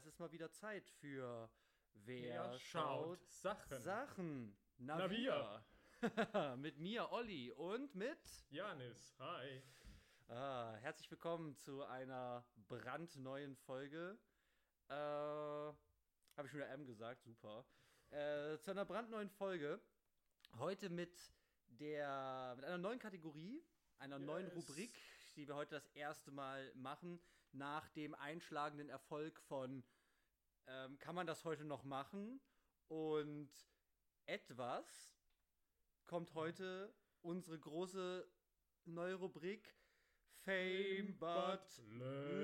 es ist mal wieder Zeit für Wer Wer schaut schaut Sachen? Sachen? Na Na wir. wir. Mit mir, Olli, und mit Janis, hi. herzlich willkommen zu einer brandneuen Folge. Habe ich schon wieder M gesagt, super. Zu einer brandneuen Folge. Heute mit einer neuen Kategorie, einer neuen Rubrik, Yes. die wir heute das erste Mal machen, nach dem einschlagenden Erfolg von kann man das heute noch machen? Und etwas kommt heute unsere große neue Rubrik Fame But but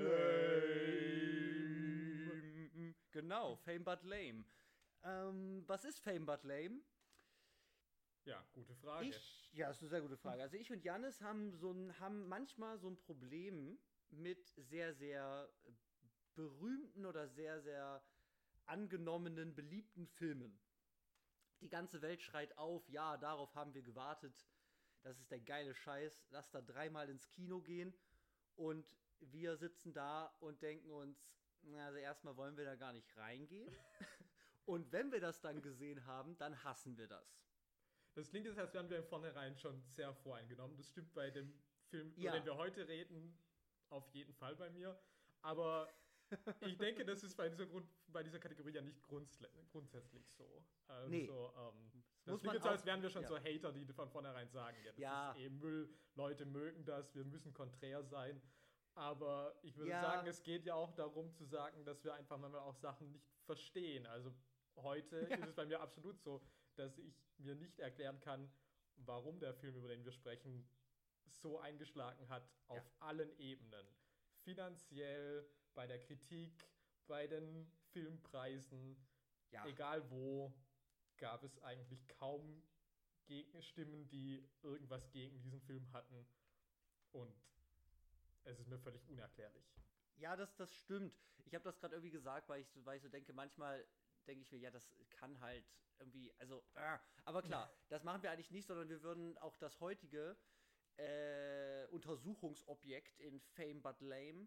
lame. lame. Genau, Fame but lame. Was ist Fame but lame? Ja, gute Frage. Ja, das ist eine sehr gute Frage. Also ich und Jannis haben manchmal so ein Problem mit sehr, sehr berühmten oder sehr, sehr angenommenen, beliebten Filmen. Die ganze Welt schreit auf, ja, darauf haben wir gewartet. Das ist der geile Scheiß. Lass da dreimal ins Kino gehen. Und wir sitzen da und denken uns, also erstmal wollen wir da gar nicht reingehen. Und wenn wir das dann gesehen haben, dann hassen wir das. Das klingt jetzt, als wären wir im Vornherein schon sehr voreingenommen. Das stimmt bei dem Film, über den Ja, wir heute reden, auf jeden Fall bei mir. Aber ich denke, das ist bei dieser Kategorie ja nicht grundsätzlich so. nee, das Das muss klingt man jetzt so, auch. als wären wir schon Ja, so Hater, die von vornherein sagen, ja, das ist ja, eh Müll, Leute mögen das, wir müssen konträr sein. Aber ich würde sagen, ja, es geht ja auch darum zu sagen, dass wir einfach manchmal auch Sachen nicht verstehen. Also heute ist es bei mir absolut so, dass ich mir nicht erklären kann, warum der Film, über den wir sprechen, so eingeschlagen hat ja, auf allen Ebenen. Finanziell, bei der Kritik, bei den Filmpreisen, ja. egal wo, gab es eigentlich kaum Gegenstimmen, die irgendwas gegen diesen Film hatten. Und es ist mir völlig unerklärlich. Ja, das stimmt. Ich habe das gerade irgendwie gesagt, weil ich so denke, manchmal denke ich mir, ja, das kann halt irgendwie, also, aber klar, das machen wir eigentlich nicht, sondern wir würden auch das heutige Untersuchungsobjekt in Fame But Lame,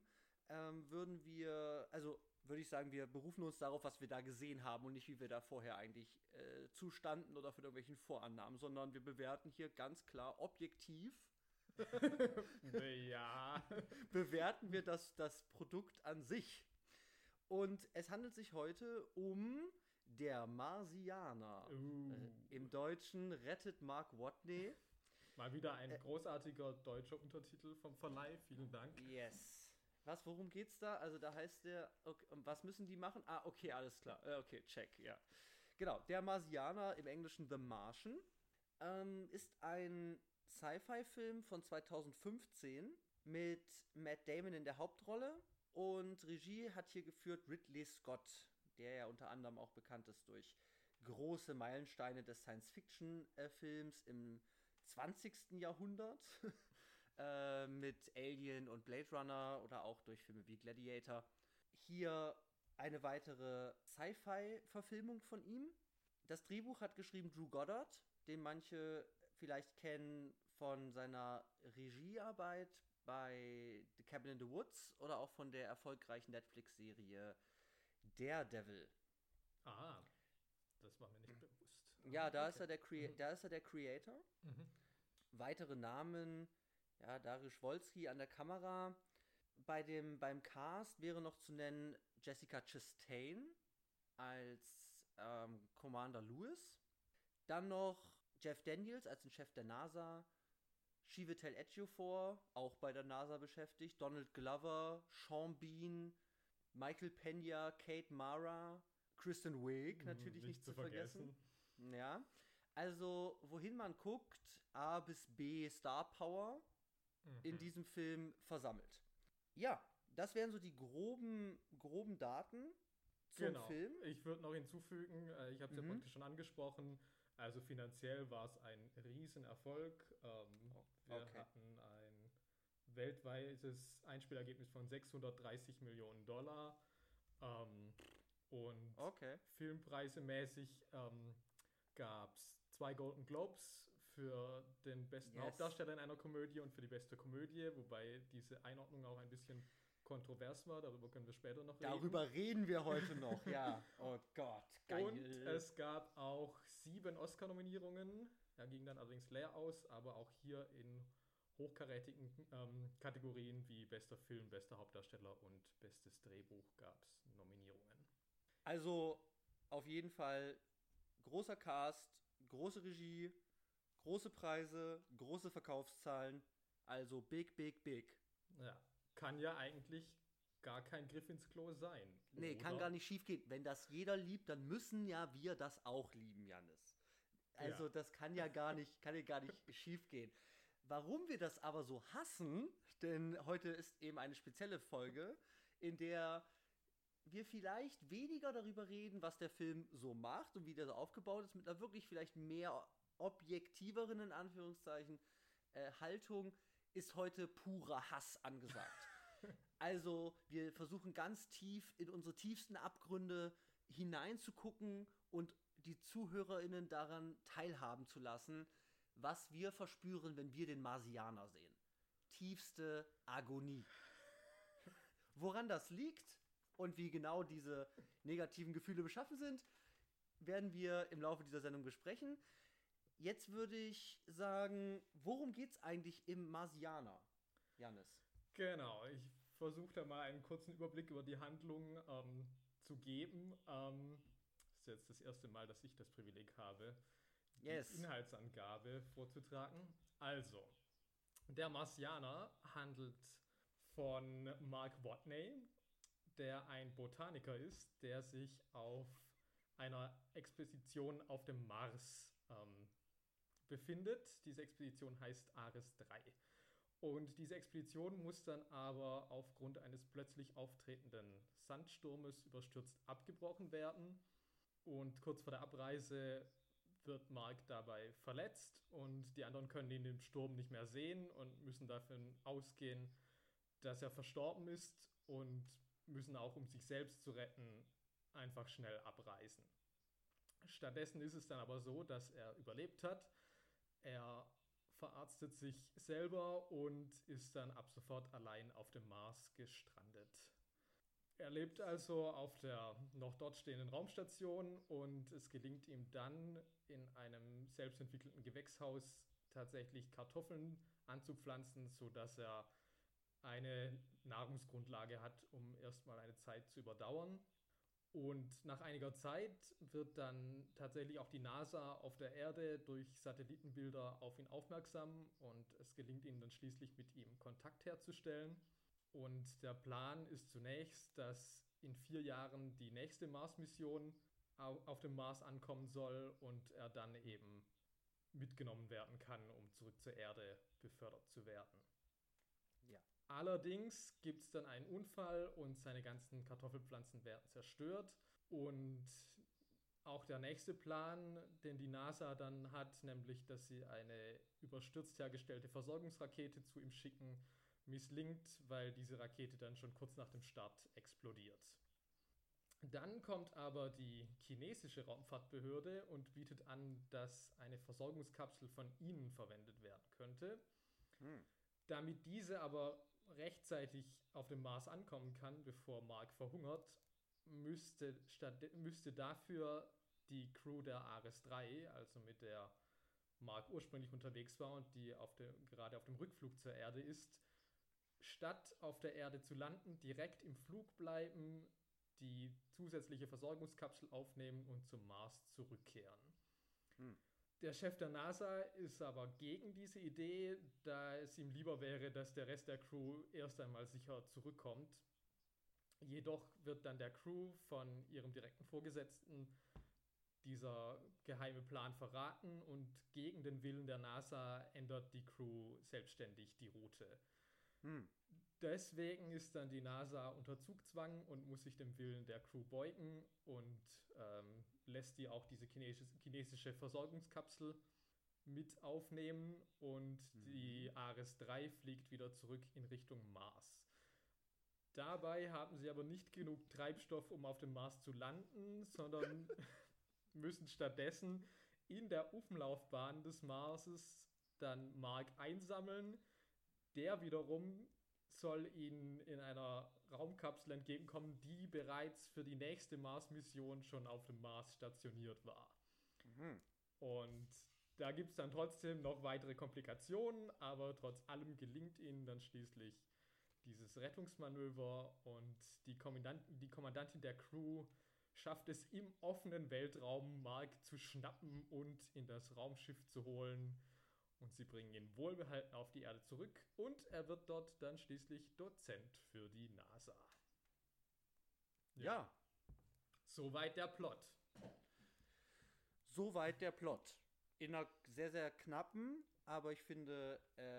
würde ich sagen, wir berufen uns darauf, was wir da gesehen haben und nicht, wie wir da vorher eigentlich zustanden oder von irgendwelchen Vorannahmen, sondern wir bewerten hier ganz klar objektiv Ja. bewerten wir das Produkt an sich. Und es handelt sich heute um Der Marsianer. Im Deutschen rettet Mark Watney. Mal wieder ein großartiger deutscher Untertitel vom Verleih. Vielen Dank. Yes. Worum geht's da? Also da heißt der, okay, was müssen die machen? Ah, okay, alles klar. Okay, check, ja. Genau, Der Marsianer, im Englischen The Martian, ist ein Sci-Fi-Film von 2015 mit Matt Damon in der Hauptrolle und Regie hat hier geführt Ridley Scott, der ja unter anderem auch bekannt ist durch große Meilensteine des Science-Fiction-Films im 20. Jahrhundert mit Alien und Blade Runner oder auch durch Filme wie Gladiator. Hier eine weitere Sci-Fi-Verfilmung von ihm. Das Drehbuch hat geschrieben Drew Goddard, den manche vielleicht kennen von seiner Regiearbeit bei The Cabin in the Woods oder auch von der erfolgreichen Netflix-Serie Daredevil. Ah, das war mir nicht bewusst. Ja, Ah, okay. da ist er der Creator. Weitere Namen, ja, Dariusz Wolski an der Kamera. Beim Cast wäre noch zu nennen Jessica Chastain als Commander Lewis. Dann noch Jeff Daniels als den Chef der NASA. Chiwetel Ejiofor, auch bei der NASA beschäftigt. Donald Glover, Sean Bean, Michael Pena, Kate Mara, Kristen Wiig natürlich Nicht nicht zu zu vergessen. vergessen. Ja, also wohin man guckt, A bis B Star Power in diesem Film versammelt. Ja, das wären so die groben Daten zum Genau. Film. Ich würde noch hinzufügen, ich habe es ja praktisch schon angesprochen, also finanziell war es ein Riesenerfolg. Wir Okay. hatten ein weltweites Einspielergebnis von 630 Millionen Dollar. Ähm, und Okay. filmpreisemäßig gab es zwei Golden Globes für den besten Yes. Hauptdarsteller in einer Komödie und für die beste Komödie, wobei diese Einordnung auch ein bisschen kontrovers war, darüber können wir später noch reden. Darüber reden wir heute noch, ja. Oh Gott, geil. Und es gab auch 7 Oscar-Nominierungen. Da ging dann allerdings leer aus, aber auch hier in hochkarätigen Kategorien wie bester Film, bester Hauptdarsteller und bestes Drehbuch gab es Nominierungen. Also auf jeden Fall großer Cast, große Regie, große Preise, große Verkaufszahlen. Also big, big, big. Ja, kann ja eigentlich gar kein Griff ins Klo sein. Nee, oder? kann gar nicht schief gehen. Wenn das jeder liebt, dann müssen ja wir das auch lieben, Jannis. Also das kann ja gar nicht schief gehen. Warum wir das aber so hassen, denn heute ist eben eine spezielle Folge, in der wir vielleicht weniger darüber reden, was der Film so macht und wie der so aufgebaut ist, mit einer wirklich vielleicht mehr objektiveren, in Anführungszeichen, Haltung, ist heute purer Hass angesagt. Also wir versuchen ganz tief in unsere tiefsten Abgründe hineinzugucken und die ZuhörerInnen daran teilhaben zu lassen, was wir verspüren, wenn wir den Marsianer sehen. Tiefste Agonie. Woran das liegt und wie genau diese negativen Gefühle beschaffen sind, werden wir im Laufe dieser Sendung besprechen. Jetzt würde ich sagen, worum geht's eigentlich im Marsianer, Jannis? Genau, ich versuche da mal einen kurzen Überblick über die Handlung zu geben. Das ist jetzt das erste Mal, dass ich das Privileg habe, die Inhaltsangabe vorzutragen. Also, der Marsianer handelt von Mark Watney, der ein Botaniker ist, der sich auf einer Expedition auf dem Mars befindet. Diese Expedition heißt Ares 3. Und diese Expedition muss dann aber aufgrund eines plötzlich auftretenden Sandsturmes überstürzt abgebrochen werden. Und kurz vor der Abreise wird Mark dabei verletzt und die anderen können ihn im Sturm nicht mehr sehen und müssen davon ausgehen, dass er verstorben ist und müssen auch, um sich selbst zu retten, einfach schnell abreisen. Stattdessen ist es dann aber so, dass er überlebt hat. Er verarztet sich selber und ist dann ab sofort allein auf dem Mars gestrandet. Er lebt also auf der noch dort stehenden Raumstation und es gelingt ihm dann in einem selbstentwickelten Gewächshaus tatsächlich Kartoffeln anzupflanzen, sodass er eine Nahrungsgrundlage hat, um erstmal eine Zeit zu überdauern. Und nach einiger Zeit wird dann tatsächlich auch die NASA auf der Erde durch Satellitenbilder auf ihn aufmerksam und es gelingt ihnen dann schließlich mit ihm Kontakt herzustellen. Und der Plan ist zunächst, dass in 4 Jahren die nächste Mars-Mission auf dem Mars ankommen soll und er dann eben mitgenommen werden kann, um zurück zur Erde befördert zu werden. Ja. Allerdings gibt es dann einen Unfall und seine ganzen Kartoffelpflanzen werden zerstört. Und auch der nächste Plan, den die NASA dann hat, nämlich, dass sie eine überstürzt hergestellte Versorgungsrakete zu ihm schicken, misslingt, weil diese Rakete dann schon kurz nach dem Start explodiert. Dann kommt aber die chinesische Raumfahrtbehörde und bietet an, dass eine Versorgungskapsel von ihnen verwendet werden könnte. Damit diese aber rechtzeitig auf dem Mars ankommen kann, bevor Mark verhungert, müsste dafür die Crew der Ares 3, also mit der Mark ursprünglich unterwegs war und die gerade auf dem Rückflug zur Erde ist, statt auf der Erde zu landen, direkt im Flug bleiben, die zusätzliche Versorgungskapsel aufnehmen und zum Mars zurückkehren. Der Chef der NASA ist aber gegen diese Idee, da es ihm lieber wäre, dass der Rest der Crew erst einmal sicher zurückkommt. Jedoch wird dann der Crew von ihrem direkten Vorgesetzten dieser geheime Plan verraten und gegen den Willen der NASA ändert die Crew selbstständig die Route. Deswegen ist dann die NASA unter Zugzwang und muss sich dem Willen der Crew beugen und lässt die auch diese chinesische Versorgungskapsel mit aufnehmen und die Ares 3 fliegt wieder zurück in Richtung Mars. Dabei haben sie aber nicht genug Treibstoff, um auf dem Mars zu landen, sondern müssen stattdessen in der Umlaufbahn des Marses dann Mark einsammeln, der wiederum soll ihnen in einer Raumkapsel entgegenkommen, die bereits für die nächste Mars-Mission schon auf dem Mars stationiert war. Mhm. Und da gibt es dann trotzdem noch weitere Komplikationen, aber trotz allem gelingt ihnen dann schließlich dieses Rettungsmanöver und die Kommandantin der Crew schafft es im offenen Weltraum, Mark zu schnappen und in das Raumschiff zu holen. Und sie bringen ihn wohlbehalten auf die Erde zurück und er wird dort dann schließlich Dozent für die NASA. Ja. Soweit der Plot. Soweit der Plot. In einer sehr, sehr knappen, aber ich finde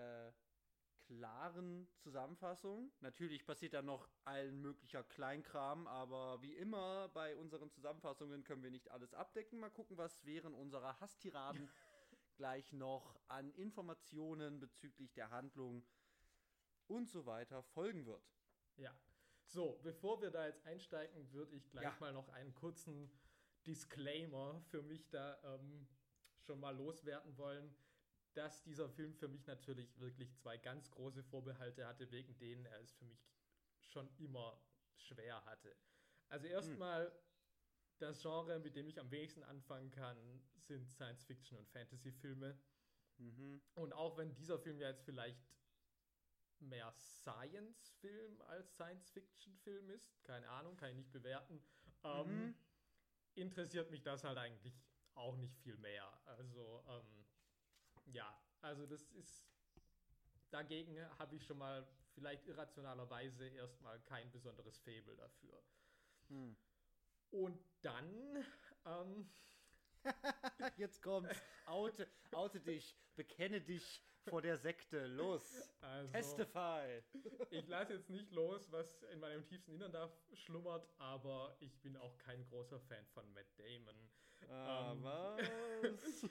klaren Zusammenfassung. Natürlich passiert da noch allen möglicher Kleinkram, aber wie immer bei unseren Zusammenfassungen können wir nicht alles abdecken. Mal gucken, was während unserer Hasstiraden gleich noch an Informationen bezüglich der Handlung und so weiter folgen wird. Ja. So, bevor wir da jetzt einsteigen, würde ich gleich mal noch einen kurzen Disclaimer für mich da schon mal loswerden wollen, dass dieser Film für mich natürlich wirklich zwei ganz große Vorbehalte hatte, wegen denen er es für mich schon immer schwer hatte. Also erstmal, das Genre, mit dem ich am wenigsten anfangen kann, sind Science-Fiction- und Fantasy-Filme. Mhm. Und auch wenn dieser Film ja jetzt vielleicht mehr Science-Film als Science-Fiction-Film ist, keine Ahnung, kann ich nicht bewerten, interessiert mich das halt eigentlich auch nicht viel mehr. Also, also das ist, dagegen habe ich schon mal vielleicht irrationalerweise erstmal kein besonderes Faible dafür. Und dann, jetzt kommt's, oute dich, bekenne dich vor der Sekte, los, also, testify. Ich lasse jetzt nicht los, was in meinem tiefsten Innern da schlummert, aber ich bin auch kein großer Fan von Matt Damon. Was?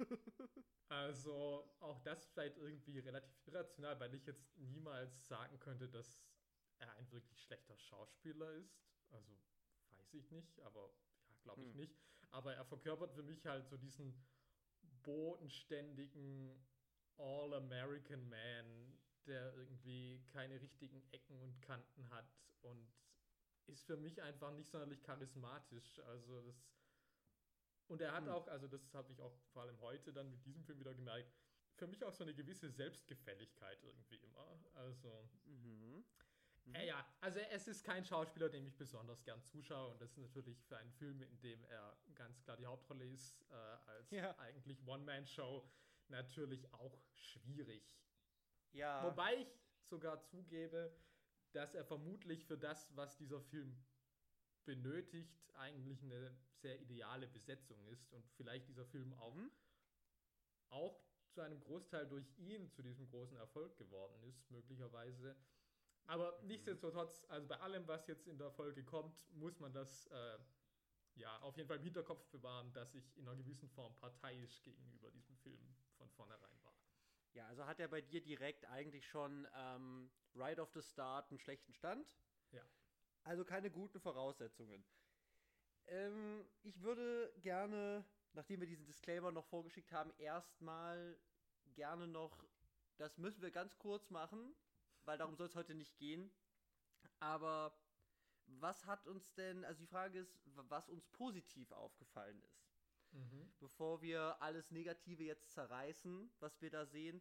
Also auch das vielleicht irgendwie relativ irrational, weil ich jetzt niemals sagen könnte, dass er ein wirklich schlechter Schauspieler ist. Also weiß ich nicht, aber ja, glaube ich nicht. Aber er verkörpert für mich halt so diesen bodenständigen All-American Man, der irgendwie keine richtigen Ecken und Kanten hat und ist für mich einfach nicht sonderlich charismatisch. Also das. Und er hat auch, also das habe ich auch vor allem heute dann mit diesem Film wieder gemerkt, für mich auch so eine gewisse Selbstgefälligkeit irgendwie immer. Also, ja, also es ist kein Schauspieler, dem ich besonders gern zuschaue und das ist natürlich für einen Film, in dem er ganz klar die Hauptrolle ist, als eigentlich One-Man-Show natürlich auch schwierig. Ja. Wobei ich sogar zugebe, dass er vermutlich für das, was dieser Film benötigt, eigentlich eine sehr ideale Besetzung ist und vielleicht dieser Film auch zu einem Großteil durch ihn zu diesem großen Erfolg geworden ist, möglicherweise. Aber nichtsdestotrotz, also bei allem, was jetzt in der Folge kommt, muss man das auf jeden Fall im Hinterkopf bewahren, dass ich in einer gewissen Form parteiisch gegenüber diesem Film von vornherein war. Ja, also hat er bei dir direkt eigentlich schon right off the start einen schlechten Stand? Ja. Also keine guten Voraussetzungen. Ich würde gerne, nachdem wir diesen Disclaimer noch vorgeschickt haben, erstmal gerne noch, das müssen wir ganz kurz machen, weil darum soll es heute nicht gehen. Aber was hat uns denn, also die Frage ist, was uns positiv aufgefallen ist. Bevor wir alles Negative jetzt zerreißen, was wir da sehen.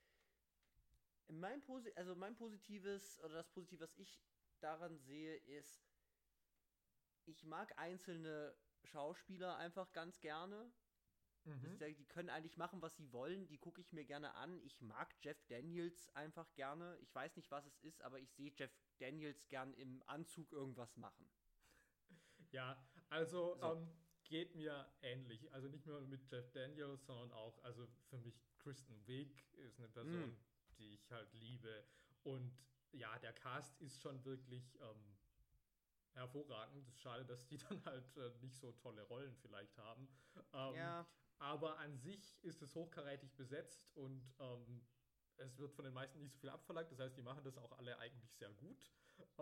Mein Positives, oder das Positive, was ich daran sehe, ist, ich mag einzelne Schauspieler einfach ganz gerne. Die können eigentlich machen, was sie wollen. Die gucke ich mir gerne an. Ich mag Jeff Daniels einfach gerne. Ich weiß nicht, was es ist, aber ich sehe Jeff Daniels gern im Anzug irgendwas machen. Ja, also geht mir ähnlich. Also nicht nur mit Jeff Daniels, sondern auch, also für mich Kristen Wiig ist eine Person, die ich halt liebe. Und ja, der Cast ist schon wirklich hervorragend. Es ist schade, dass die dann halt nicht so tolle Rollen vielleicht haben. Aber an sich ist es hochkarätig besetzt und es wird von den meisten nicht so viel abverlangt. Das heißt, die machen das auch alle eigentlich sehr gut.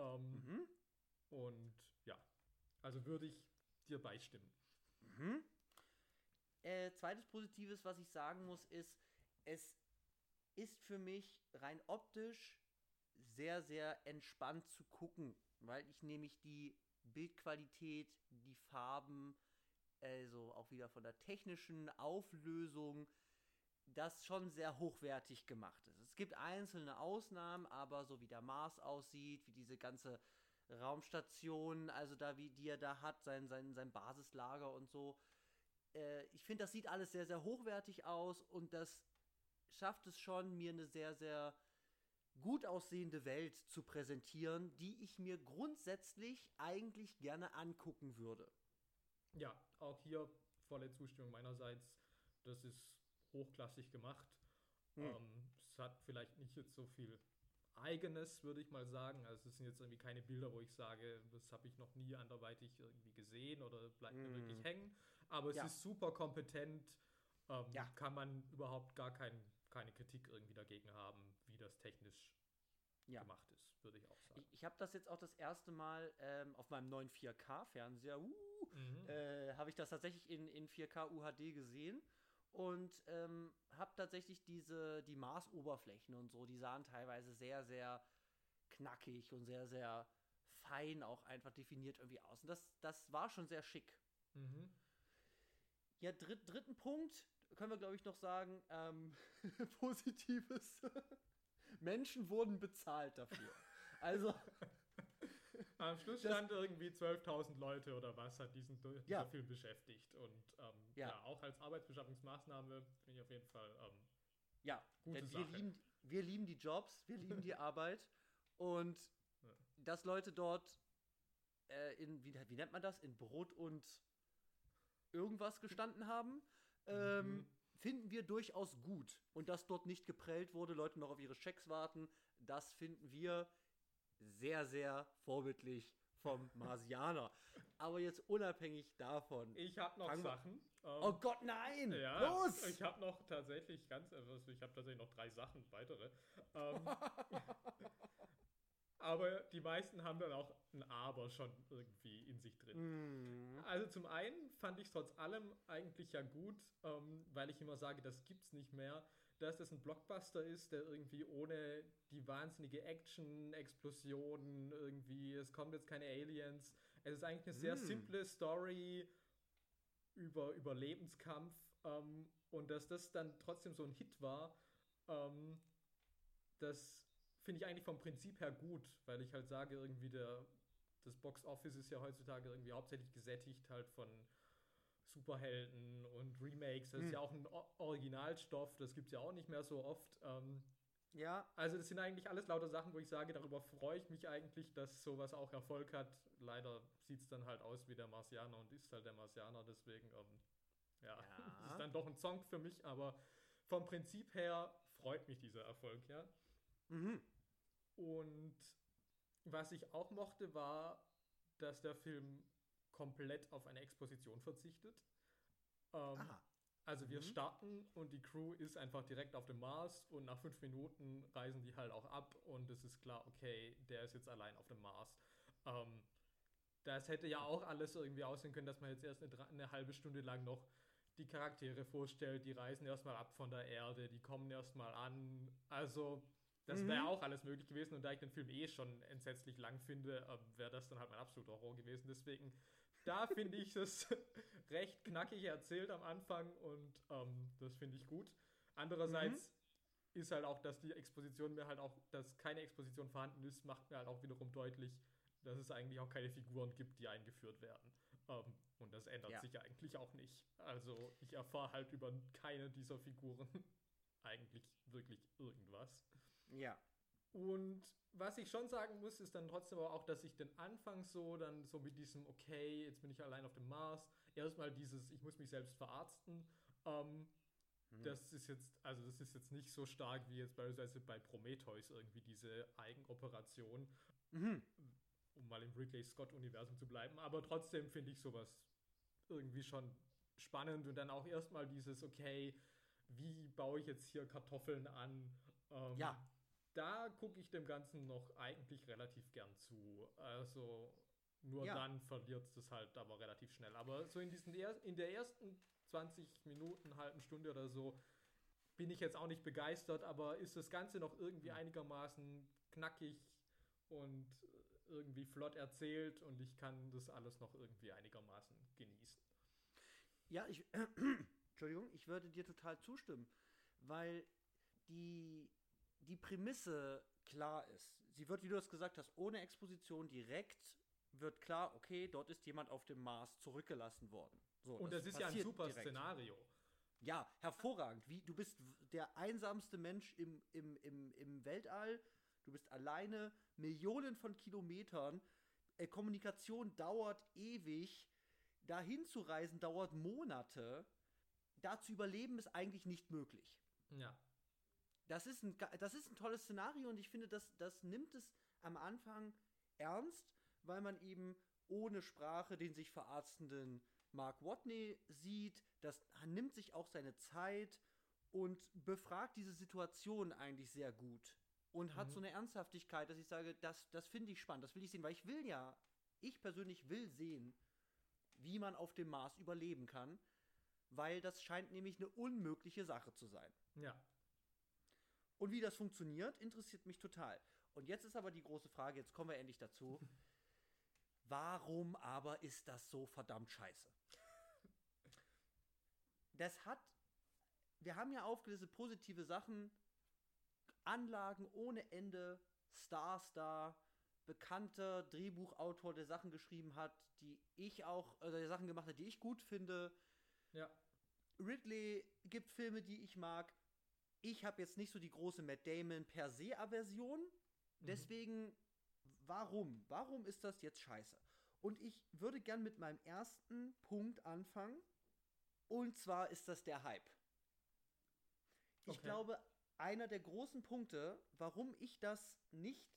Und ja, also würde ich dir beistimmen. Zweites Positives, was ich sagen muss, ist, es ist für mich rein optisch sehr, sehr entspannt zu gucken, weil ich nämlich die Bildqualität, die Farben, also auch wieder von der technischen Auflösung, das schon sehr hochwertig gemacht ist. Es gibt einzelne Ausnahmen, aber so wie der Mars aussieht, wie diese ganze Raumstation, also da wie die er da hat, sein Basislager und so. Ich finde, das sieht alles sehr, sehr hochwertig aus und das schafft es schon, mir eine sehr, sehr gut aussehende Welt zu präsentieren, die ich mir grundsätzlich eigentlich gerne angucken würde. Ja, auch hier volle Zustimmung meinerseits. Das ist hochklassig gemacht. Hm. Es hat vielleicht nicht jetzt so viel Eigenes, würde ich mal sagen. Also es sind jetzt irgendwie keine Bilder, wo ich sage, das habe ich noch nie anderweitig irgendwie gesehen oder bleibt mir wirklich hängen. Aber es Ja, ist super kompetent. ja. Kann man überhaupt gar keine Kritik irgendwie dagegen haben, wie das technisch Ja. gemacht ist, würde ich auch sagen. Ich habe das jetzt auch das erste Mal auf meinem neuen 4K-Fernseher, Mhm. habe ich das tatsächlich in 4K UHD gesehen und habe tatsächlich die Marsoberflächen und so, die sahen teilweise sehr, sehr knackig und sehr, sehr fein auch einfach definiert irgendwie aus. Und das war schon sehr schick. Mhm. Ja, dritten Punkt können wir, glaube ich, noch sagen, Positives. Menschen wurden bezahlt dafür. Also, Am Schluss das, stand irgendwie 12.000 Leute oder was hat dieser ja, Film beschäftigt. Und ja, ja, auch als Arbeitsbeschaffungsmaßnahme finde ich auf jeden Fall ja, gute denn Sache. wir lieben die Jobs, wir lieben die Arbeit und Ja. dass Leute dort wie nennt man das, in Brot und irgendwas gestanden haben, Mhm. finden wir durchaus gut. Und dass dort nicht geprellt wurde, Leute noch auf ihre Schecks warten, das finden wir sehr, sehr vorbildlich vom Marsianer. Aber jetzt unabhängig davon, Ich habe noch fangen wir. Sachen. Oh Gott, nein! Ja, Los! ich habe noch tatsächlich ich habe tatsächlich noch 3 Sachen weitere. Ähm, aber die meisten haben dann auch ein Aber schon irgendwie in sich drin. mm, Also zum einen fand ich trotz allem eigentlich ja gut, weil ich immer sage, das gibt's nicht mehr, dass das ein Blockbuster ist, der irgendwie ohne die wahnsinnige Action, Explosionen irgendwie, es kommt jetzt keine Aliens. Es ist eigentlich eine sehr mm. simple Story über Überlebenskampf, und dass das dann trotzdem so ein Hit war, ähm, das finde ich eigentlich vom Prinzip her gut, weil ich halt sage, irgendwie das Box Office ist ja heutzutage irgendwie hauptsächlich gesättigt halt von Superhelden und Remakes. Das ist ja Hm. auch ein Originalstoff, das gibt es ja auch nicht mehr so oft. Ja, Also das sind eigentlich alles lauter Sachen, wo ich sage, darüber freue ich mich eigentlich, dass sowas auch Erfolg hat. Leider sieht es dann halt aus wie der Marsianer und ist halt der Marsianer, deswegen, ja, ist es ja. dann doch ein Song für mich, aber vom Prinzip her freut mich dieser Erfolg, ja. Mhm. Und was ich auch mochte, war, dass der Film komplett auf eine Exposition verzichtet. Ähm, Aha. also wir Mhm. starten und die Crew ist einfach direkt auf dem Mars und nach 5 Minuten reisen die halt auch ab und es ist klar, okay, der ist jetzt allein auf dem Mars. Ähm, Das hätte ja auch alles irgendwie aussehen können, dass man jetzt erst eine halbe Stunde lang noch die Charaktere vorstellt, die reisen erstmal ab von der Erde, die kommen erstmal an. Also, das wäre Mhm. auch alles möglich gewesen und da ich den Film eh schon entsetzlich lang finde, wäre das dann halt mein absoluter Horror gewesen. Deswegen, da finde ich es recht knackig erzählt am Anfang und das finde ich gut. Mhm. Andererseits ist halt auch, dass die Exposition mir halt auch, dass keine Exposition vorhanden ist, macht mir halt auch wiederum deutlich, dass es eigentlich auch keine Figuren gibt, die eingeführt werden. Und das ändert Ja. sich eigentlich auch nicht. Also ich erfahre halt über keine dieser Figuren eigentlich wirklich irgendwas. Ja. Und was ich schon sagen muss, ist dann trotzdem aber auch, dass ich den Anfang so dann so mit diesem, okay, jetzt bin ich allein auf dem Mars, erstmal dieses, ich muss mich selbst verarzten, ähm, Mhm. das ist jetzt nicht so stark wie jetzt beispielsweise bei Prometheus irgendwie diese Eigenoperation, Mhm. um mal im Ridley Scott-Universum zu bleiben. Aber trotzdem finde ich sowas irgendwie schon spannend und dann auch erstmal dieses, okay, wie baue ich jetzt hier Kartoffeln an? Ja. Da gucke ich dem Ganzen noch eigentlich relativ gern zu. Also nur Ja. dann verliert es halt aber relativ schnell. Aber so in der ersten 20 Minuten, halben Stunde oder so, bin ich jetzt auch nicht begeistert, aber ist das Ganze noch irgendwie einigermaßen knackig und irgendwie flott erzählt und ich kann das alles noch irgendwie einigermaßen genießen. Ja, Entschuldigung, ich würde dir total zustimmen, weil die, die Prämisse klar ist. Sie wird, wie du das gesagt hast, ohne Exposition direkt wird klar, okay, dort ist jemand auf dem Mars zurückgelassen worden. So, Und das ist ja ein passiert super direkt. Szenario. Ja, hervorragend. Du bist der einsamste Mensch im Weltall. Du bist alleine, Millionen von Kilometern. Kommunikation dauert ewig. Dahin zu reisen dauert Monate. Da zu überleben ist eigentlich nicht möglich. Ja. Das ist ein tolles Szenario und ich finde, das nimmt es am Anfang ernst, weil man eben ohne Sprache den sich verarztenden Mark Watney sieht. Das nimmt sich auch seine Zeit und befragt diese Situation eigentlich sehr gut. Und hat so eine Ernsthaftigkeit, dass ich sage, das finde ich spannend, das will ich sehen, weil ich persönlich will sehen, wie man auf dem Mars überleben kann, weil das scheint nämlich eine unmögliche Sache zu sein. Ja. Und wie das funktioniert, interessiert mich total. Und jetzt ist aber die große Frage, jetzt kommen wir endlich dazu. Warum aber ist das so verdammt scheiße? Wir haben ja aufgelistet positive Sachen, Anlagen ohne Ende, Stars da, bekannter Drehbuchautor, der Sachen geschrieben hat, der Sachen gemacht hat, die ich gut finde. Ja. Ridley gibt Filme, die ich mag. Ich habe jetzt nicht so die große Matt Damon per se Aversion. Deswegen, warum? Warum ist das jetzt scheiße? Und ich würde gern mit meinem ersten Punkt anfangen. Und zwar ist das der Hype. Ich glaube, einer der großen Punkte, warum ich das nicht,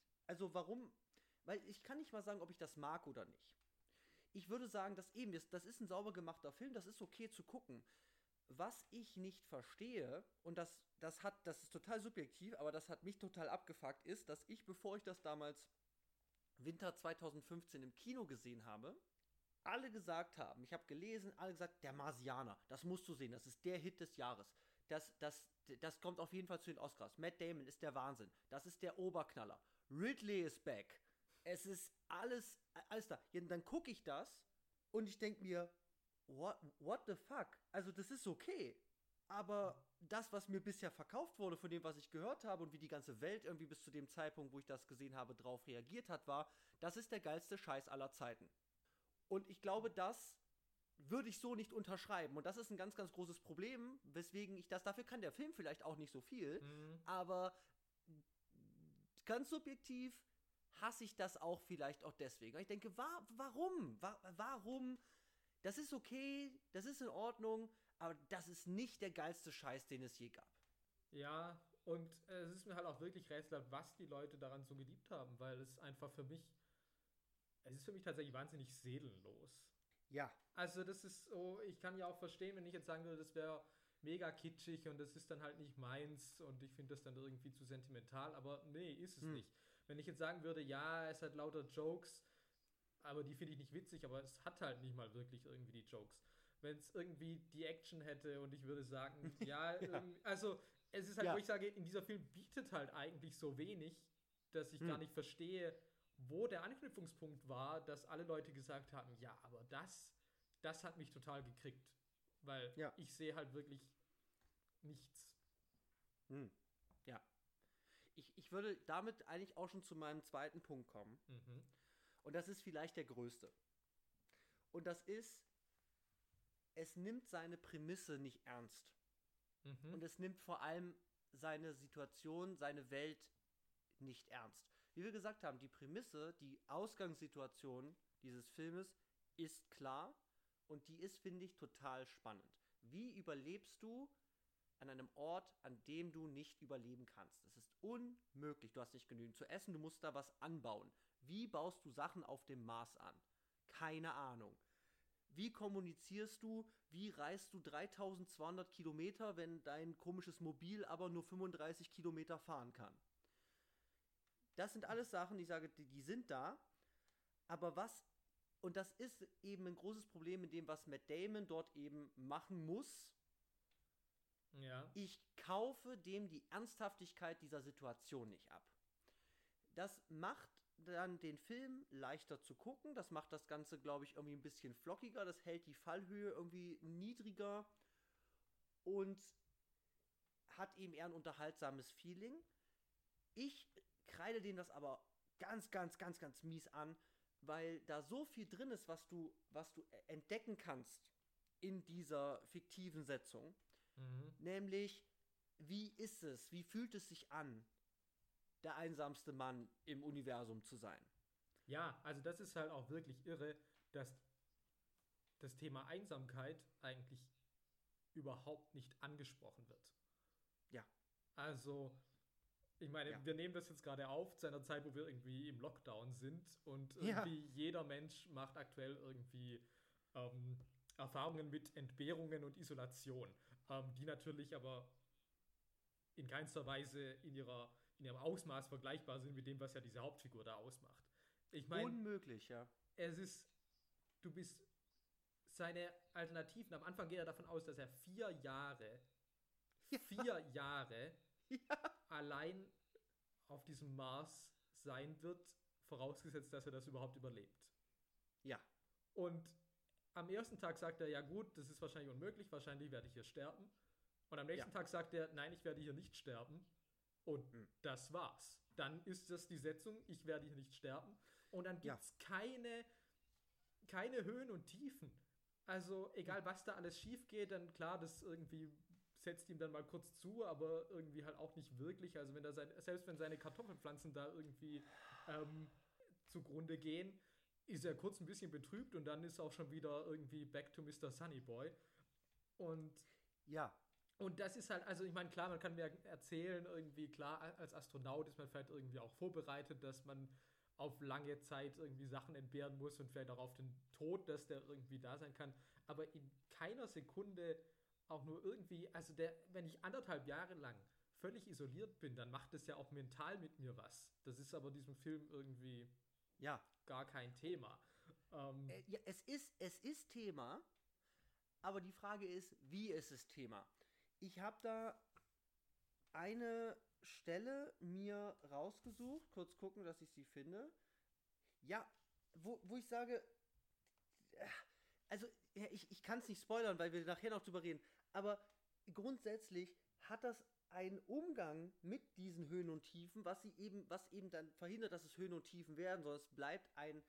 weil ich kann nicht mal sagen, ob ich das mag oder nicht. Ich würde sagen, das ist ein sauber gemachter Film, das ist okay zu gucken. Was ich nicht verstehe, und das ist total subjektiv, aber das hat mich total abgefuckt, ist, dass ich, bevor ich das damals Winter 2015 im Kino gesehen habe, alle gesagt haben, ich habe gelesen, alle gesagt, der Marsianer, das musst du sehen, das ist der Hit des Jahres. Das kommt auf jeden Fall zu den Oscars. Matt Damon ist der Wahnsinn. Das ist der Oberknaller. Ridley ist back. Es ist alles da. Ja, dann gucke ich das und ich denke mir, what the fuck? Also das ist okay. Aber das, was mir bisher verkauft wurde, von dem, was ich gehört habe und wie die ganze Welt irgendwie bis zu dem Zeitpunkt, wo ich das gesehen habe, drauf reagiert hat, das ist der geilste Scheiß aller Zeiten. Und ich glaube, das würde ich so nicht unterschreiben. Und das ist ein ganz, ganz großes Problem, weswegen dafür kann der Film vielleicht auch nicht so viel, aber ganz subjektiv hasse ich das auch vielleicht auch deswegen. Ich denke, warum? Warum? Das ist okay, das ist in Ordnung, aber das ist nicht der geilste Scheiß, den es je gab. Ja, und es ist mir halt auch wirklich rätselhaft, was die Leute daran so geliebt haben, weil es ist für mich tatsächlich wahnsinnig seelenlos. Ja. Also das ist so, ich kann ja auch verstehen, wenn ich jetzt sagen würde, das wäre mega kitschig und das ist dann halt nicht meins und ich finde das dann irgendwie zu sentimental, aber nee, ist es nicht. Wenn ich jetzt sagen würde, ja, es hat lauter Jokes, aber die finde ich nicht witzig, aber es hat halt nicht mal wirklich irgendwie die Jokes. Wenn es irgendwie die Action hätte und ich würde sagen, ja, also es ist halt, wo ich sage, in dieser Film bietet halt eigentlich so wenig, dass ich gar nicht verstehe, wo der Anknüpfungspunkt war, dass alle Leute gesagt haben, ja, aber das hat mich total gekriegt. Weil ich sehe halt wirklich nichts. Ja. Ich würde damit eigentlich auch schon zu meinem zweiten Punkt kommen. Und das ist vielleicht der größte. Und das ist, es nimmt seine Prämisse nicht ernst. Und es nimmt vor allem seine Situation, seine Welt nicht ernst. Wie wir gesagt haben, die Prämisse, die Ausgangssituation dieses Filmes ist klar und die ist, finde ich, total spannend. Wie überlebst du an einem Ort, an dem du nicht überleben kannst? Das ist unmöglich. Du hast nicht genügend zu essen, du musst da was anbauen. Wie baust du Sachen auf dem Mars an? Keine Ahnung. Wie kommunizierst du? Wie reist du 3200 Kilometer, wenn dein komisches Mobil aber nur 35 Kilometer fahren kann? Das sind alles Sachen, die ich sage, die sind da. Aber und das ist eben ein großes Problem mit dem, was Matt Damon dort eben machen muss, Ja. Ich kaufe dem die Ernsthaftigkeit dieser Situation nicht ab. Das macht dann den Film leichter zu gucken. Das macht das Ganze, glaube ich, irgendwie ein bisschen flockiger. Das hält die Fallhöhe irgendwie niedriger und hat eben eher ein unterhaltsames Feeling. Ich kreide dem das aber ganz, ganz, ganz, ganz mies an, weil da so viel drin ist, was du entdecken kannst in dieser fiktiven Setzung. Mhm. Nämlich, wie ist es, wie fühlt es sich an, der einsamste Mann im Universum zu sein? Ja, also das ist halt auch wirklich irre, dass das Thema Einsamkeit eigentlich überhaupt nicht angesprochen wird. Ja. Also, ich meine, Ja. wir nehmen das jetzt gerade auf, zu einer Zeit, wo wir irgendwie im Lockdown sind und Ja. irgendwie jeder Mensch macht aktuell irgendwie Erfahrungen mit Entbehrungen und Isolation, die natürlich aber in keinster Weise in ihrem Ausmaß vergleichbar sind mit dem, was ja diese Hauptfigur da ausmacht. Ich meine, Unmöglich, ja. es ist, du bist seine Alternativen. Am Anfang geht er davon aus, dass er 4 Jahre, Ja. 4 Jahre Ja. allein auf diesem Mars sein wird, vorausgesetzt, dass er das überhaupt überlebt. Ja. Und am ersten Tag sagt er, ja gut, das ist wahrscheinlich unmöglich, wahrscheinlich werde ich hier sterben. Und am nächsten Ja. Tag sagt er, nein, ich werde hier nicht sterben. Und Hm. das war's. Dann ist das die Setzung, ich werde hier nicht sterben. Und dann Ja. gibt es keine Höhen und Tiefen. Also egal, was da alles schief geht, dann klar, das irgendwie setzt ihm dann mal kurz zu, aber irgendwie halt auch nicht wirklich. Also wenn selbst wenn seine Kartoffelpflanzen da irgendwie zugrunde gehen, ist er kurz ein bisschen betrübt und dann ist auch schon wieder irgendwie back to Mr. Sunnyboy. Und Ja. und das ist halt, also ich meine, klar, man kann mir erzählen, irgendwie, klar, als Astronaut ist man vielleicht irgendwie auch vorbereitet, dass man auf lange Zeit irgendwie Sachen entbehren muss und vielleicht auch auf den Tod, dass der irgendwie da sein kann. Aber in keiner Sekunde auch nur irgendwie, also wenn ich 1,5 Jahre lang völlig isoliert bin, dann macht es ja auch mental mit mir was. Das ist aber diesem Film irgendwie Ja. gar kein Thema. Ja, es ist Thema, aber die Frage ist, wie ist es Thema? Ich habe da eine Stelle mir rausgesucht, kurz gucken, dass ich sie finde. Ja, wo ich sage, also ja, ich kann es nicht spoilern, weil wir nachher noch drüber reden, aber grundsätzlich hat das einen Umgang mit diesen Höhen und Tiefen, was eben dann verhindert, dass es Höhen und Tiefen werden, sondern es bleibt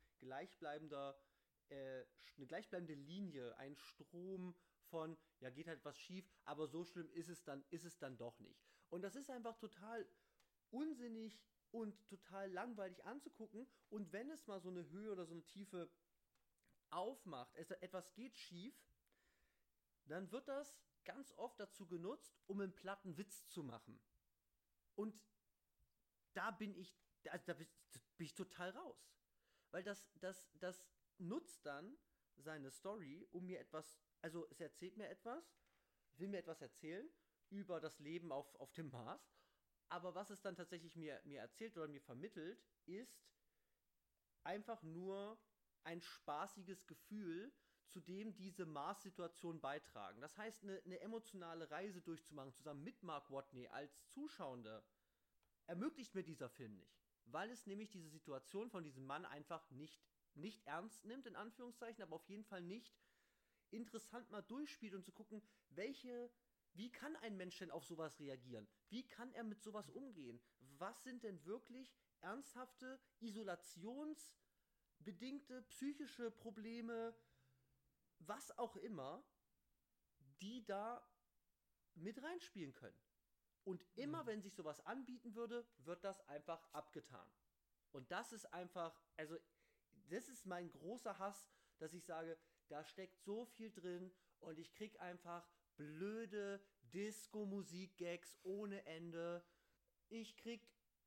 eine gleichbleibende Linie, ein Strom von, ja, geht halt was schief, aber so schlimm ist es dann doch nicht. Und das ist einfach total unsinnig und total langweilig anzugucken. Und wenn es mal so eine Höhe oder so eine Tiefe aufmacht, etwas geht schief, dann wird das ganz oft dazu genutzt, um einen platten Witz zu machen. Und da bin ich, also da bin ich total raus. Weil das nutzt dann seine Story, um mir etwas, also es erzählt mir etwas, will mir etwas erzählen über das Leben auf dem Mars, aber was es dann tatsächlich mir erzählt oder mir vermittelt, ist einfach nur ein spaßiges Gefühl, zu dem diese Mars-Situation beitragen. Das heißt, eine emotionale Reise durchzumachen, zusammen mit Mark Watney als Zuschauende, ermöglicht mir dieser Film nicht. Weil es nämlich diese Situation von diesem Mann einfach nicht ernst nimmt, in Anführungszeichen, aber auf jeden Fall nicht interessant mal durchspielt und zu gucken, wie kann ein Mensch denn auf sowas reagieren? Wie kann er mit sowas umgehen? Was sind denn wirklich ernsthafte, isolationsbedingte psychische Probleme, was auch immer, die da mit reinspielen können? Und immer, wenn sich sowas anbieten würde, wird das einfach abgetan. Und das ist einfach, also, das ist mein großer Hass, dass ich sage, da steckt so viel drin und ich krieg einfach blöde Disco-Musik-Gags ohne Ende. Ich krieg,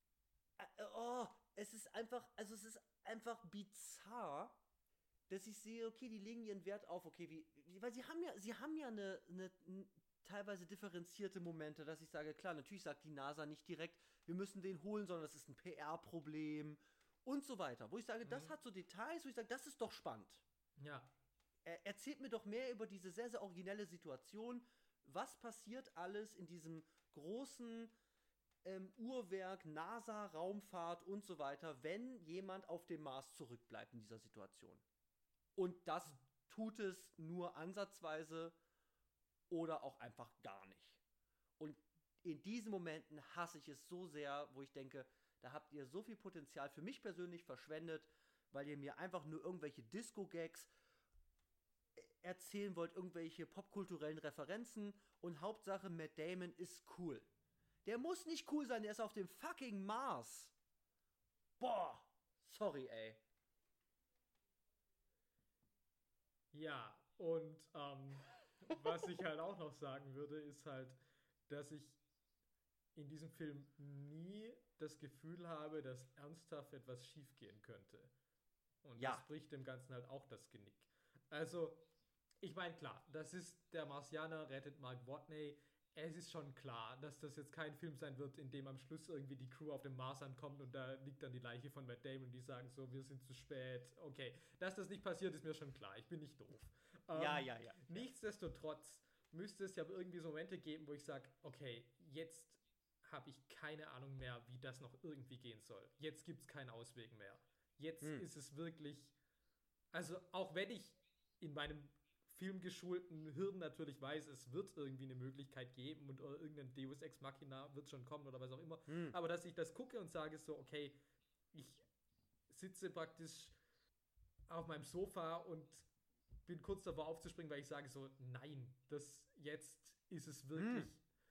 es ist einfach bizarr, dass ich sehe, okay, die legen ihren Wert auf, okay, weil sie haben ja eine teilweise differenzierte Momente, dass ich sage, klar, natürlich sagt die NASA nicht direkt, wir müssen den holen, sondern das ist ein PR-Problem und so weiter. Wo ich sage, das hat so Details, wo ich sage, das ist doch spannend. Ja. Erzählt mir doch mehr über diese sehr, sehr originelle Situation, was passiert alles in diesem großen Uhrwerk, NASA, Raumfahrt und so weiter, wenn jemand auf dem Mars zurückbleibt in dieser Situation. Und das tut es nur ansatzweise oder auch einfach gar nicht. Und in diesen Momenten hasse ich es so sehr, wo ich denke, da habt ihr so viel Potenzial für mich persönlich verschwendet, weil ihr mir einfach nur irgendwelche Disco-Gags erzählen wollt, irgendwelche popkulturellen Referenzen und Hauptsache Matt Damon ist cool. Der muss nicht cool sein, der ist auf dem fucking Mars. Boah, sorry, ey. Ja, und was ich halt auch noch sagen würde, ist halt, dass ich in diesem Film nie das Gefühl habe, dass ernsthaft etwas schiefgehen könnte. Und Ja. das bricht dem Ganzen halt auch das Genick. Also, ich meine, klar, das ist der Marsianer rettet Mark Watney. Es ist schon klar, dass das jetzt kein Film sein wird, in dem am Schluss irgendwie die Crew auf dem Mars ankommt und da liegt dann die Leiche von Matt Damon und die sagen so, wir sind zu spät. Okay, dass das nicht passiert, ist mir schon klar. Ich bin nicht doof. Ja. Nichtsdestotrotz müsste es ja irgendwie so Momente geben, wo ich sage, okay, jetzt habe ich keine Ahnung mehr, wie das noch irgendwie gehen soll. Jetzt gibt es keinen Ausweg mehr. Jetzt ist es wirklich, also auch wenn ich in meinem filmgeschulten Hirn natürlich weiß, es wird irgendwie eine Möglichkeit geben und irgendein Deus Ex Machina wird schon kommen oder was auch immer, aber dass ich das gucke und sage so, okay, ich sitze praktisch auf meinem Sofa und bin kurz davor aufzuspringen, weil ich sage so, nein, jetzt ist es wirklich,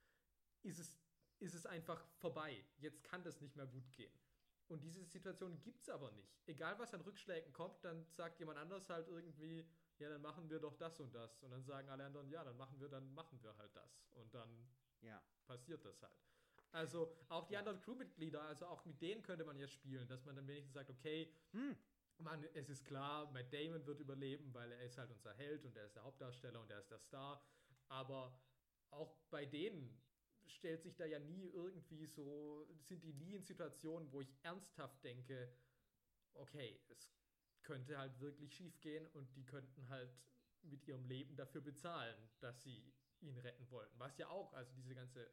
ist es einfach vorbei. Jetzt kann das nicht mehr gut gehen. Und diese Situation gibt es aber nicht. Egal, was an Rückschlägen kommt, dann sagt jemand anders halt irgendwie, ja, dann machen wir doch das und das. Und dann sagen alle anderen, ja, dann machen wir halt das. Und dann passiert das halt. Also auch die anderen Crewmitglieder, also auch mit denen könnte man ja spielen, dass man dann wenigstens sagt, okay, Mann, es ist klar, Matt Damon wird überleben, weil er ist halt unser Held und er ist der Hauptdarsteller und er ist der Star. Aber auch bei denen stellt sich da ja nie irgendwie so, sind die nie in Situationen, wo ich ernsthaft denke, okay, es könnte halt wirklich schief gehen und die könnten halt mit ihrem Leben dafür bezahlen, dass sie ihn retten wollten. Was ja auch, also diese ganze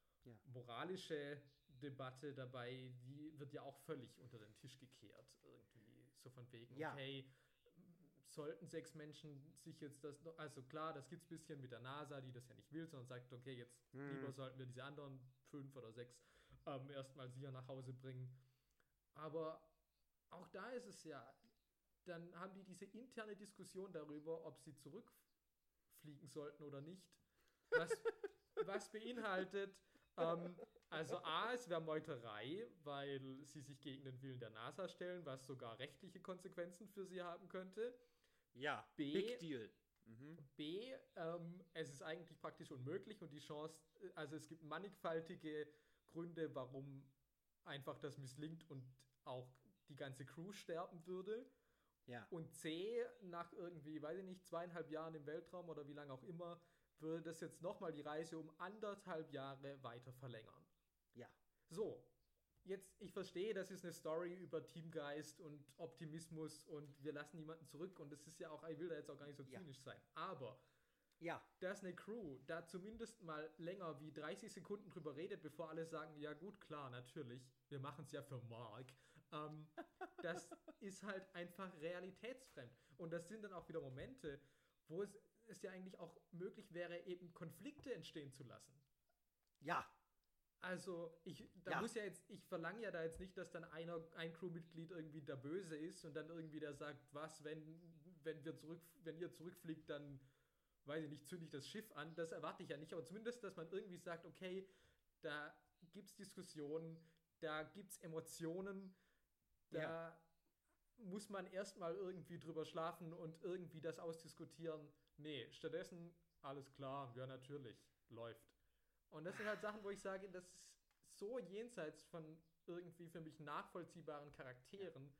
moralische Debatte dabei, die wird ja auch völlig unter den Tisch gekehrt. Irgendwie so von wegen, okay, sollten 6 Menschen sich jetzt das, also klar, das gibt es ein bisschen mit der NASA, die das ja nicht will, sondern sagt, okay, jetzt lieber sollten wir diese anderen 5 oder 6 erstmal hier nach Hause bringen. Aber auch da ist es ja, dann haben die diese interne Diskussion darüber, ob sie zurückfliegen sollten oder nicht. Was beinhaltet, also A, es wäre Meuterei, weil sie sich gegen den Willen der NASA stellen, was sogar rechtliche Konsequenzen für sie haben könnte. Ja, B, Big Deal. B, es ist eigentlich praktisch unmöglich und die Chance, also es gibt mannigfaltige Gründe, warum einfach das misslingt und auch die ganze Crew sterben würde. Ja. Und C, nach irgendwie, weiß ich nicht, 2,5 Jahren im Weltraum oder wie lange auch immer, würde das jetzt nochmal die Reise um 1,5 Jahre weiter verlängern. Ja. So, jetzt, ich verstehe, das ist eine Story über Teamgeist und Optimismus und wir lassen niemanden zurück und es ist ja auch, ich will da jetzt auch gar nicht so zynisch sein, aber dass eine Crew da zumindest mal länger wie 30 Sekunden drüber redet, bevor alle sagen, ja gut, klar, natürlich, wir machen es ja für Mark, das ist halt einfach realitätsfremd. Und das sind dann auch wieder Momente, wo es ja eigentlich auch möglich wäre, eben Konflikte entstehen zu lassen. Ja. Also, ich verlange ja da jetzt nicht, dass dann ein Crewmitglied irgendwie der Böse ist und dann irgendwie der sagt, was, wenn ihr zurückfliegt, dann, weiß ich nicht, zünde ich das Schiff an. Das erwarte ich ja nicht, aber zumindest, dass man irgendwie sagt, okay, da gibt's Diskussionen, da gibt's Emotionen, da muss man erstmal irgendwie drüber schlafen und irgendwie das ausdiskutieren. Nee, stattdessen, alles klar, ja natürlich, läuft. Und das sind halt Sachen, wo ich sage, das ist so jenseits von irgendwie für mich nachvollziehbaren Charakteren,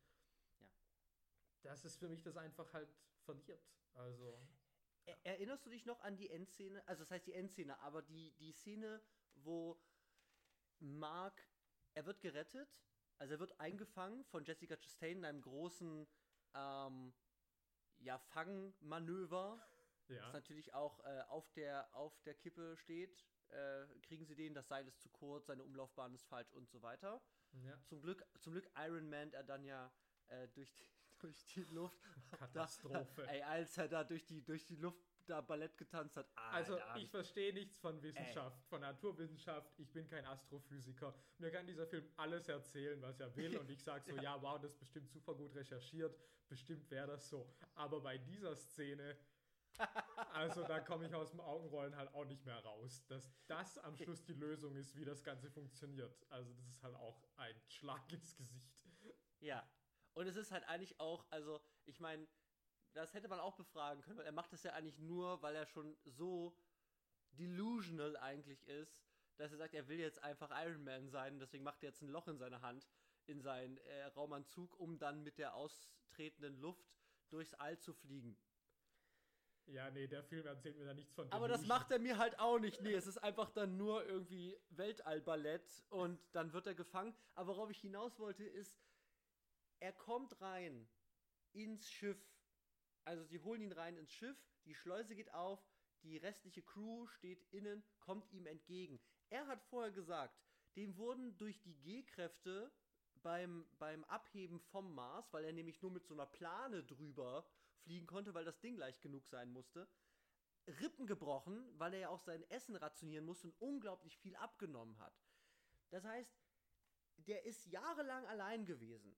dass es für mich das einfach halt verliert. Also. Erinnerst du dich noch an die Endszene? Also das heißt die Endszene, aber die Szene, wo Mark, er wird gerettet, also er wird eingefangen von Jessica Chastain in einem großen Fangmanöver Ja. natürlich auch auf der Kippe steht. Kriegen sie den, das Seil ist zu kurz, seine Umlaufbahn ist falsch und so weiter. Ja. Zum Glück Iron Man er dann ja durch durch die Luft. Katastrophe. Ey, als er da durch die Luft da Ballett getanzt hat. Also ich verstehe nichts von Wissenschaft, von Naturwissenschaft. Ich bin kein Astrophysiker. Mir kann dieser Film alles erzählen, was er will. Und ich sage so, ja, wow, das ist bestimmt super gut recherchiert. Bestimmt wäre das so. Aber bei dieser Szene, also da komme ich aus dem Augenrollen halt auch nicht mehr raus. Dass das am Schluss die Lösung ist, wie das Ganze funktioniert. Also das ist halt auch ein Schlag ins Gesicht. Ja. Und es ist halt eigentlich auch, also ich meine, das hätte man auch befragen können, weil er macht das ja eigentlich nur, weil er schon so delusional eigentlich ist, dass er sagt, er will jetzt einfach Iron Man sein und deswegen macht er jetzt ein Loch in seine Hand, in seinen Raumanzug, um dann mit der austretenden Luft durchs All zu fliegen. Ja, nee, der Film erzählt mir da nichts von Aber das macht er mir halt auch nicht. Nee, es ist einfach dann nur irgendwie Weltallballett und dann wird er gefangen. Aber worauf ich hinaus wollte, ist, er kommt rein ins Schiff. Also sie holen ihn rein ins Schiff, die Schleuse geht auf, die restliche Crew steht innen, kommt ihm entgegen. Er hat vorher gesagt, dem wurden durch die G-Kräfte beim Abheben vom Mars, weil er nämlich nur mit so einer Plane drüber fliegen konnte, weil das Ding leicht genug sein musste, Rippen gebrochen, weil er ja auch sein Essen rationieren musste und unglaublich viel abgenommen hat. Das heißt, der ist jahrelang allein gewesen.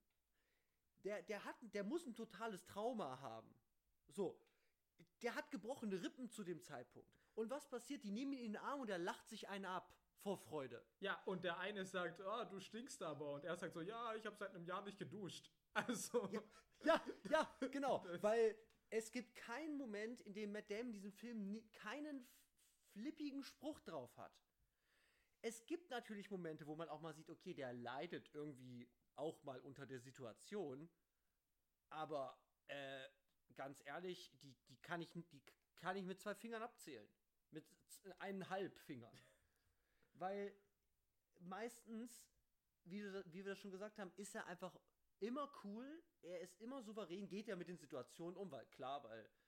Der muss ein totales Trauma haben. So, der hat gebrochene Rippen zu dem Zeitpunkt. Und was passiert? Die nehmen ihn in den Arm und er lacht sich einen ab vor Freude. Ja, und der eine sagt, oh, du stinkst aber. Und er sagt so, ja, ich habe seit einem Jahr nicht geduscht. Also. Ja, genau. Weil es gibt keinen Moment, in dem Matt Damon in diesem Film keinen flippigen Spruch drauf hat. Es gibt natürlich Momente, wo man auch mal sieht, okay, der leidet irgendwie auch mal unter der Situation. Aber, ganz ehrlich, die kann ich mit 2 Fingern abzählen. Mit 1,5 Fingern. Weil meistens, wie wir das schon gesagt haben, ist er einfach immer cool, er ist immer souverän, geht ja mit den Situationen um, weil klar,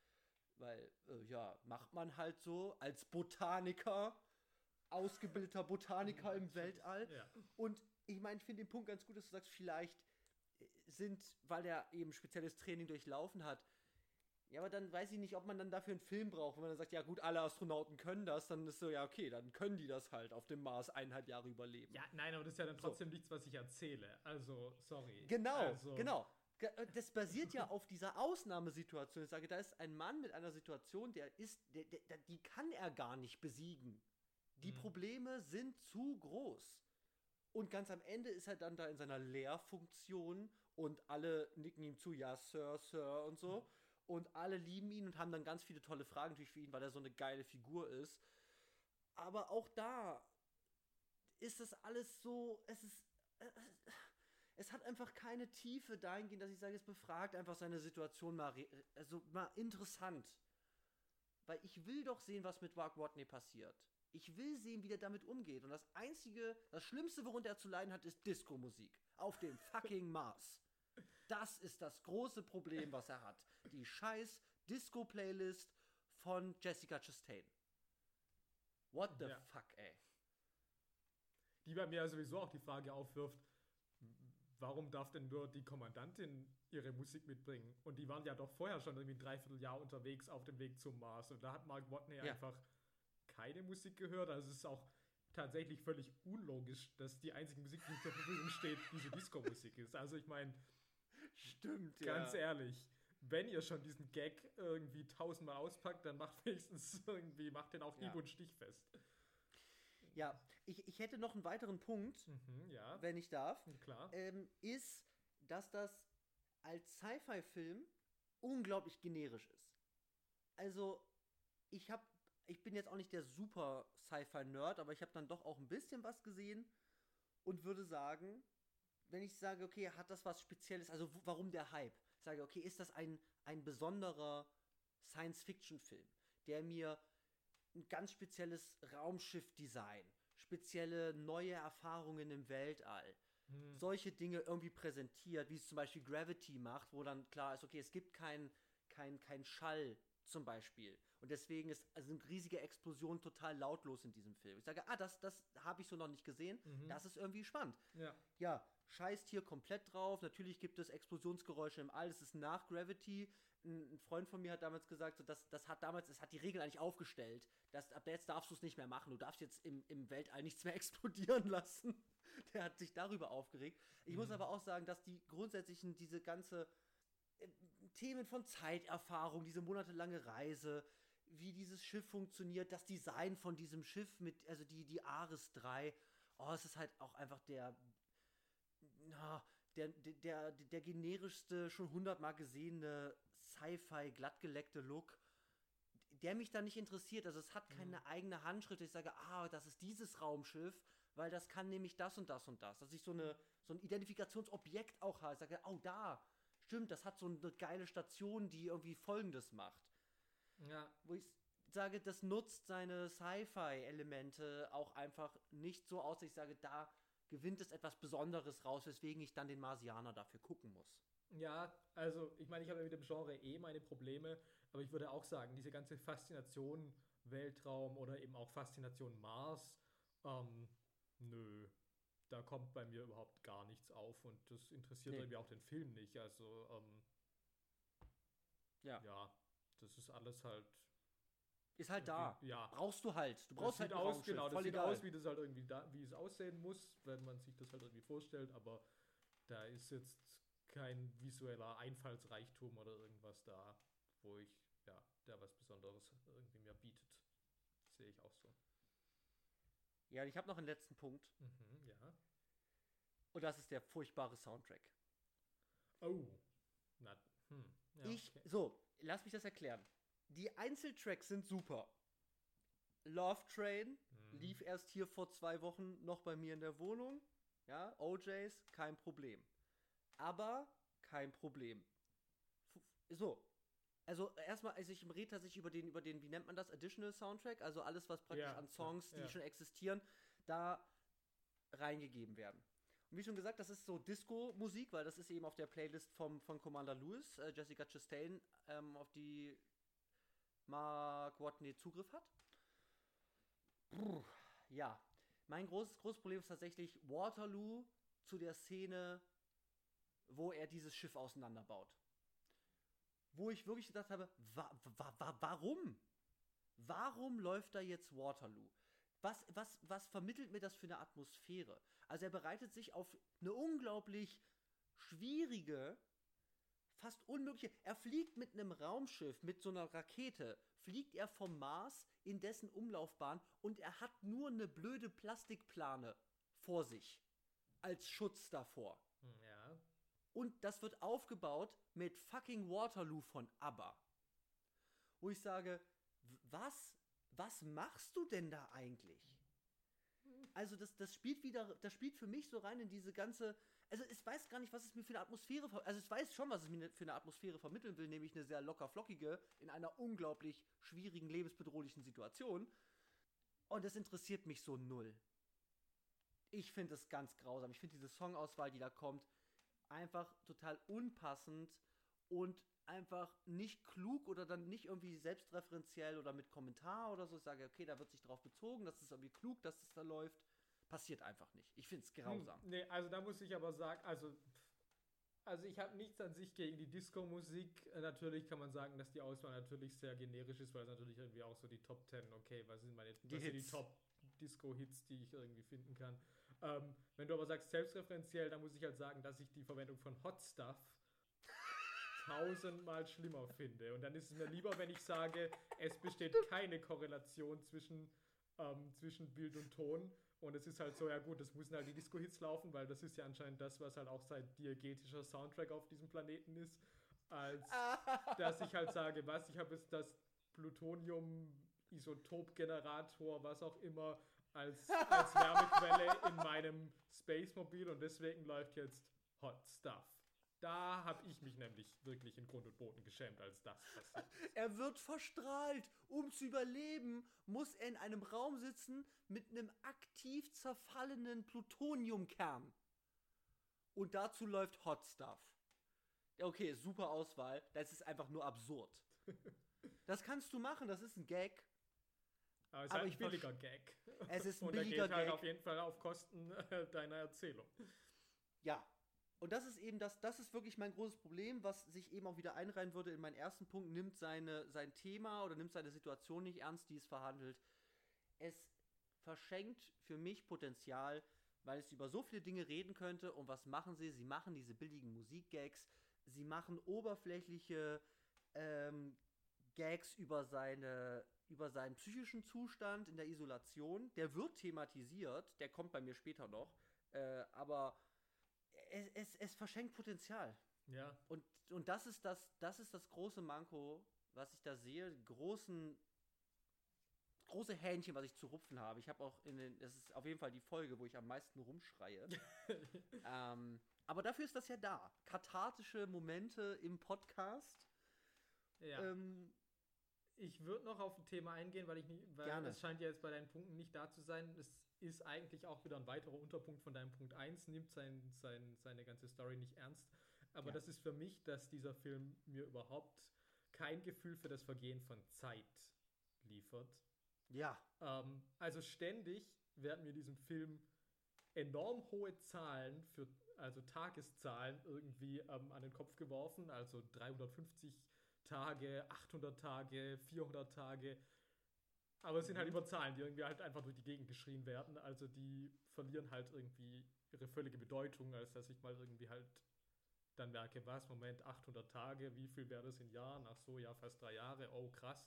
ja, macht man halt so als Botaniker, ausgebildeter Botaniker im Weltall. Ja. Und ich meine, ich finde den Punkt ganz gut, dass du sagst, vielleicht weil er eben spezielles Training durchlaufen hat, ja, aber dann weiß ich nicht, ob man dann dafür einen Film braucht, wenn man dann sagt, ja gut, alle Astronauten können das, dann ist so, ja okay, dann können die das halt auf dem Mars 1,5 Jahre überleben. Ja, nein, aber das ist ja dann trotzdem nichts, was ich erzähle. Also, sorry. Genau. Das basiert ja auf dieser Ausnahmesituation. Ich sage, da ist ein Mann mit einer Situation, die kann er gar nicht besiegen. Die Probleme sind zu groß. Und ganz am Ende ist er dann da in seiner Lehrfunktion und alle nicken ihm zu, ja, Sir, Sir und so. Und alle lieben ihn und haben dann ganz viele tolle Fragen natürlich für ihn, weil er so eine geile Figur ist. Aber auch da ist das alles so, es hat einfach keine Tiefe dahingehend, dass ich sage, es befragt einfach seine Situation mal interessant. Weil ich will doch sehen, was mit Mark Watney passiert. Ich will sehen, wie der damit umgeht. Und das Schlimmste, worunter er zu leiden hat, ist Disco-Musik. Auf dem fucking Mars. Das ist das große Problem, was er hat. Die scheiß Disco-Playlist von Jessica Chastain. What the fuck, ey. Die bei mir ja sowieso auch die Frage aufwirft, warum darf denn nur die Kommandantin ihre Musik mitbringen? Und die waren ja doch vorher schon irgendwie ein Dreivierteljahr unterwegs auf dem Weg zum Mars. Und da hat Mark Watney einfach keine Musik gehört. Also es ist auch tatsächlich völlig unlogisch, dass die einzige Musik, die zur Verfügung steht, diese Disco-Musik ist. Also ich meine, stimmt, ganz ehrlich, wenn ihr schon diesen Gag irgendwie 1000-mal auspackt, dann macht wenigstens irgendwie, macht den auch hieb- und stichfest. Ja, ich hätte noch einen weiteren Punkt, wenn ich darf. Klar. Ist, dass das als Sci-Fi-Film unglaublich generisch ist. Also, ich bin jetzt auch nicht der super Sci-Fi-Nerd, aber ich habe dann doch auch ein bisschen was gesehen und würde sagen, wenn ich sage, okay, hat das was Spezielles, also warum der Hype? Ich sage, okay, ist das ein besonderer Science-Fiction-Film, der mir ein ganz spezielles Raumschiff-Design, spezielle neue Erfahrungen im Weltall, solche Dinge irgendwie präsentiert, wie es zum Beispiel Gravity macht, wo dann klar ist, okay, es gibt kein Schall zum Beispiel. Und deswegen ist also eine riesige Explosion total lautlos in diesem Film. Ich sage, das habe ich so noch nicht gesehen. Das ist irgendwie spannend. Ja. Ja, scheißt hier komplett drauf. Natürlich gibt es Explosionsgeräusche im All. Das ist nach Gravity. Ein Freund von mir hat damals gesagt, so, das hat die Regeln eigentlich aufgestellt. Ab jetzt darfst du es nicht mehr machen. Du darfst jetzt im Weltall nichts mehr explodieren lassen. Der hat sich darüber aufgeregt. Ich muss aber auch sagen, dass die grundsätzlichen, diese ganze Themen von Zeiterfahrung, diese monatelange Reise, wie dieses Schiff funktioniert, das Design von diesem Schiff also die Ares 3, es ist halt auch einfach der generischste, schon 100-mal gesehene Sci-Fi glattgeleckte Look, der mich da nicht interessiert. Also es hat keine eigene Handschrift. Ich sage, das ist dieses Raumschiff, weil das kann nämlich das und das und das. Dass ich so ein Identifikationsobjekt auch habe. Ich sage, da, stimmt, das hat so eine geile Station, die irgendwie Folgendes macht. Ja. Wo ich sage, das nutzt seine Sci-Fi-Elemente auch einfach nicht so aus, dass ich sage, da gewinnt es etwas Besonderes raus, weswegen ich dann den Marsianer dafür gucken muss. Ja, also ich meine, ich habe ja mit dem Genre meine Probleme, aber ich würde auch sagen, diese ganze Faszination Weltraum oder eben auch Faszination Mars, nö, da kommt bei mir überhaupt gar nichts auf und das interessiert irgendwie auch den Film nicht. Also, ja, das ist alles halt. Ist halt da. Ja. Brauchst du halt. Du brauchst halt ein Raumschiff. Genau, das voll sieht egal. aus, wie das halt irgendwie wie es aussehen muss, wenn man sich das halt irgendwie vorstellt, aber da ist jetzt kein visueller Einfallsreichtum oder irgendwas da, der was Besonderes irgendwie mir bietet. Sehe ich auch so. Ja, und ich habe noch einen letzten Punkt. Ja. Und das ist der furchtbare Soundtrack. Oh. Ja, okay. Lass mich das erklären. Die Einzeltracks sind super. Love Train lief erst hier vor 2 Wochen noch bei mir in der Wohnung. Ja, OJs, kein Problem. Aber kein Problem. Also erstmal, ich rede tatsächlich über den, wie nennt man das, Additional Soundtrack, also alles, was praktisch an Songs, die schon existieren, da reingegeben werden. Und wie schon gesagt, das ist so Disco-Musik, weil das ist eben auf der Playlist von Commander Lewis, Jessica Chastain, auf die Mark Watney Zugriff hat. Ja, mein großes Problem ist tatsächlich Waterloo zu der Szene, wo er dieses Schiff auseinanderbaut. Wo ich wirklich gedacht habe, warum? Warum läuft da jetzt Waterloo? Was vermittelt mir das für eine Atmosphäre? Also er bereitet sich auf eine unglaublich schwierige, fast unmögliche. Er fliegt mit einem Raumschiff, mit so einer Rakete, fliegt er vom Mars in dessen Umlaufbahn und er hat nur eine blöde Plastikplane vor sich als Schutz davor. Ja. Und das wird aufgebaut mit fucking Waterloo von ABBA. Wo ich sage, was machst du denn da eigentlich? Also das spielt für mich so rein in diese ganze, also ich weiß gar nicht, was es mir für eine Atmosphäre, also ich weiß schon, was es mir für eine Atmosphäre vermitteln will, nämlich eine sehr locker-flockige, in einer unglaublich schwierigen, lebensbedrohlichen Situation. Und das interessiert mich so null. Ich finde es ganz grausam. Ich finde diese Songauswahl, die da kommt, einfach total unpassend und einfach nicht klug oder dann nicht irgendwie selbstreferenziell oder mit Kommentar oder so. Ich sage, okay, da wird sich drauf bezogen, das ist irgendwie klug, dass es da läuft. Passiert einfach nicht. Ich finde es grausam. Nee, also da muss ich aber sagen, also ich habe nichts an sich gegen die Disco-Musik. Natürlich kann man sagen, dass die Auswahl natürlich sehr generisch ist, weil es natürlich irgendwie auch so die Top 10, okay, was sind die Top-Disco-Hits, die ich irgendwie finden kann. Wenn du aber sagst selbstreferenziell, dann muss ich halt sagen, dass ich die Verwendung von Hot Stuff 1000-mal schlimmer finde. Und dann ist es mir lieber, wenn ich sage, es besteht keine Korrelation zwischen Bild und Ton. Und es ist halt so, ja gut, es müssen halt die Disco-Hits laufen, weil das ist ja anscheinend das, was halt auch sein diegetischer Soundtrack auf diesem Planeten ist. Als dass ich halt sage, ich habe jetzt das Plutonium-Isotop-Generator, was auch immer, als Wärmequelle in meinem Space-Mobil und deswegen läuft jetzt Hot Stuff. Da habe ich mich nämlich wirklich in Grund und Boden geschämt, als das passiert ist. Er wird verstrahlt. Um zu überleben, muss er in einem Raum sitzen mit einem aktiv zerfallenen Plutoniumkern. Und dazu läuft Hot Stuff. Ja, okay, super Auswahl. Das ist einfach nur absurd. Das kannst du machen, das ist ein Gag. Aber es ist halt ein billiger Gag. Es ist ein und billiger der geht halt Gag. auf jeden Fall auf Kosten deiner Erzählung. Ja. Und das ist eben das ist wirklich mein großes Problem, was sich eben auch wieder einreihen würde in meinen ersten Punkt, nimmt sein Thema oder nimmt seine Situation nicht ernst, die es verhandelt. Es verschenkt für mich Potenzial, weil es über so viele Dinge reden könnte. Und was machen sie? Sie machen diese billigen Musikgags. Sie machen oberflächliche Gags über seinen psychischen Zustand in der Isolation. Der wird thematisiert, der kommt bei mir später noch. Aber es verschenkt Potenzial. Ja. Und das ist das große Manko, was ich da sehe. Große Hähnchen, was ich zu rupfen habe. Ich habe auch das ist auf jeden Fall die Folge, wo ich am meisten rumschreie. Aber dafür ist das ja da. Kathartische Momente im Podcast. Ja. Ich würde noch auf ein Thema eingehen, weil es scheint ja jetzt bei deinen Punkten nicht da zu sein. Es ist eigentlich auch wieder ein weiterer Unterpunkt von deinem Punkt 1, nimmt seine ganze Story nicht ernst. Aber das ist für mich, dass dieser Film mir überhaupt kein Gefühl für das Vergehen von Zeit liefert. Ja. Also ständig werden mir diesem Film enorm hohe Zahlen, also Tageszahlen irgendwie an den Kopf geworfen. Also 350 Tage, 800 Tage, 400 Tage. Aber es sind halt immer Zahlen, die irgendwie halt einfach durch die Gegend geschrien werden. Also die verlieren halt irgendwie ihre völlige Bedeutung, als dass ich mal irgendwie halt dann merke, was, Moment, 800 Tage, wie viel wäre das in Jahren? Ach so, ja, fast 3 Jahre, oh krass.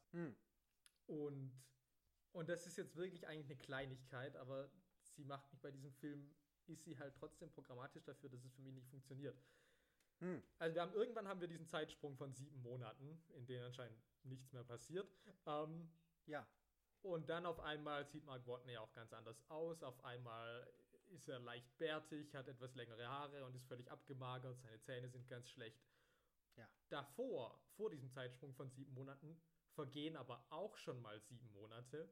Und das ist jetzt wirklich eigentlich eine Kleinigkeit, aber sie macht mich bei diesem Film, ist sie halt trotzdem programmatisch dafür, dass es für mich nicht funktioniert. Also irgendwann haben wir diesen Zeitsprung von 7 Monaten, in denen anscheinend nichts mehr passiert. Ja. Und dann auf einmal sieht Mark Watney auch ganz anders aus. Auf einmal ist er leicht bärtig, hat etwas längere Haare und ist völlig abgemagert. Seine Zähne sind ganz schlecht. Ja. Vor diesem Zeitsprung von 7 Monaten, vergehen aber auch schon mal 7 Monate.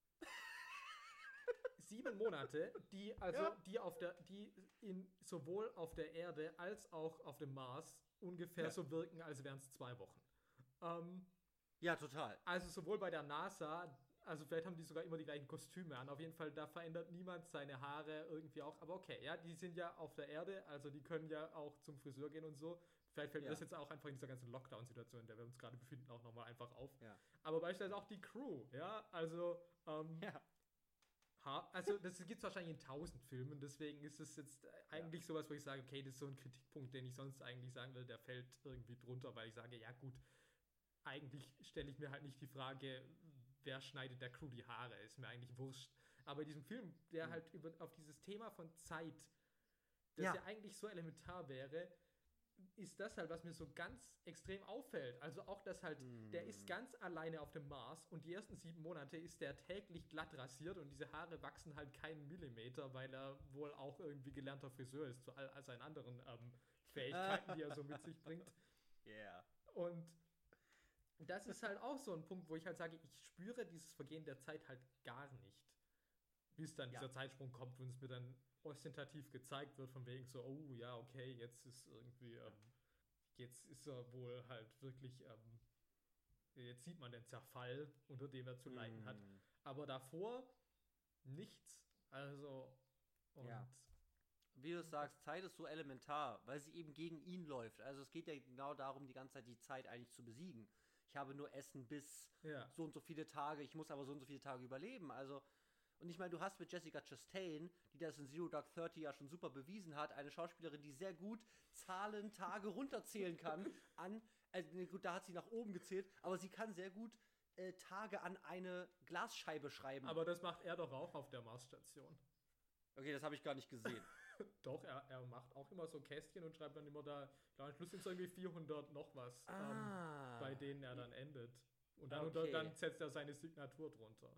7 Monate, die sowohl auf der Erde als auch auf dem Mars ungefähr so wirken, als wären es 2 Wochen. Ja, total. Also sowohl bei der NASA, also vielleicht haben die sogar immer die gleichen Kostüme an. Auf jeden Fall, da verändert niemand seine Haare irgendwie auch. Aber okay, ja, die sind ja auf der Erde, also die können ja auch zum Friseur gehen und so. Vielleicht fällt mir das jetzt auch einfach in dieser ganzen Lockdown-Situation, in der wir uns gerade befinden, auch nochmal einfach auf. Ja. Aber beispielsweise auch die Crew, ja, also also das gibt es wahrscheinlich in 1000 Filmen, deswegen ist es jetzt eigentlich sowas, wo ich sage, okay, das ist so ein Kritikpunkt, den ich sonst eigentlich sagen will, der fällt irgendwie drunter, weil ich sage, ja gut, eigentlich stelle ich mir halt nicht die Frage, wer schneidet der Crew die Haare, ist mir eigentlich wurscht. Aber in diesem Film, der halt auf dieses Thema von Zeit, das ja eigentlich so elementar wäre, ist das halt, was mir so ganz extrem auffällt. Also auch, dass halt, der ist ganz alleine auf dem Mars und die ersten 7 Monate ist der täglich glatt rasiert und diese Haare wachsen halt keinen Millimeter, weil er wohl auch irgendwie gelernter Friseur ist, zu all seinen anderen Fähigkeiten, die er so mit sich bringt. Yeah. Und das ist halt auch so ein Punkt, wo ich halt sage, ich spüre dieses Vergehen der Zeit halt gar nicht. Bis dann dieser Zeitsprung kommt, wenn es mir dann ostentativ gezeigt wird, von wegen so, oh ja, okay, jetzt ist irgendwie, jetzt ist er wohl halt wirklich, jetzt sieht man den Zerfall, unter dem er zu leiden hat. Aber davor nichts. Also, wie du sagst, Zeit ist so elementar, weil sie eben gegen ihn läuft. Also es geht ja genau darum, die ganze Zeit die Zeit eigentlich zu besiegen. Ich habe nur Essen bis so und so viele Tage, ich muss aber so und so viele Tage überleben. Also, und ich meine, du hast mit Jessica Chastain, die das in Zero Dark 30 ja schon super bewiesen hat, eine Schauspielerin, die sehr gut Zahlen, Tage runterzählen kann gut, da hat sie nach oben gezählt, aber sie kann sehr gut Tage an eine Glasscheibe schreiben. Aber das macht er doch auch auf der Marsstation. Okay, das habe ich gar nicht gesehen. Doch, er macht auch immer so Kästchen und schreibt dann immer da, ich glaube, am Schluss sind es irgendwie 400 noch was, bei denen er dann endet. Und dann setzt er seine Signatur drunter.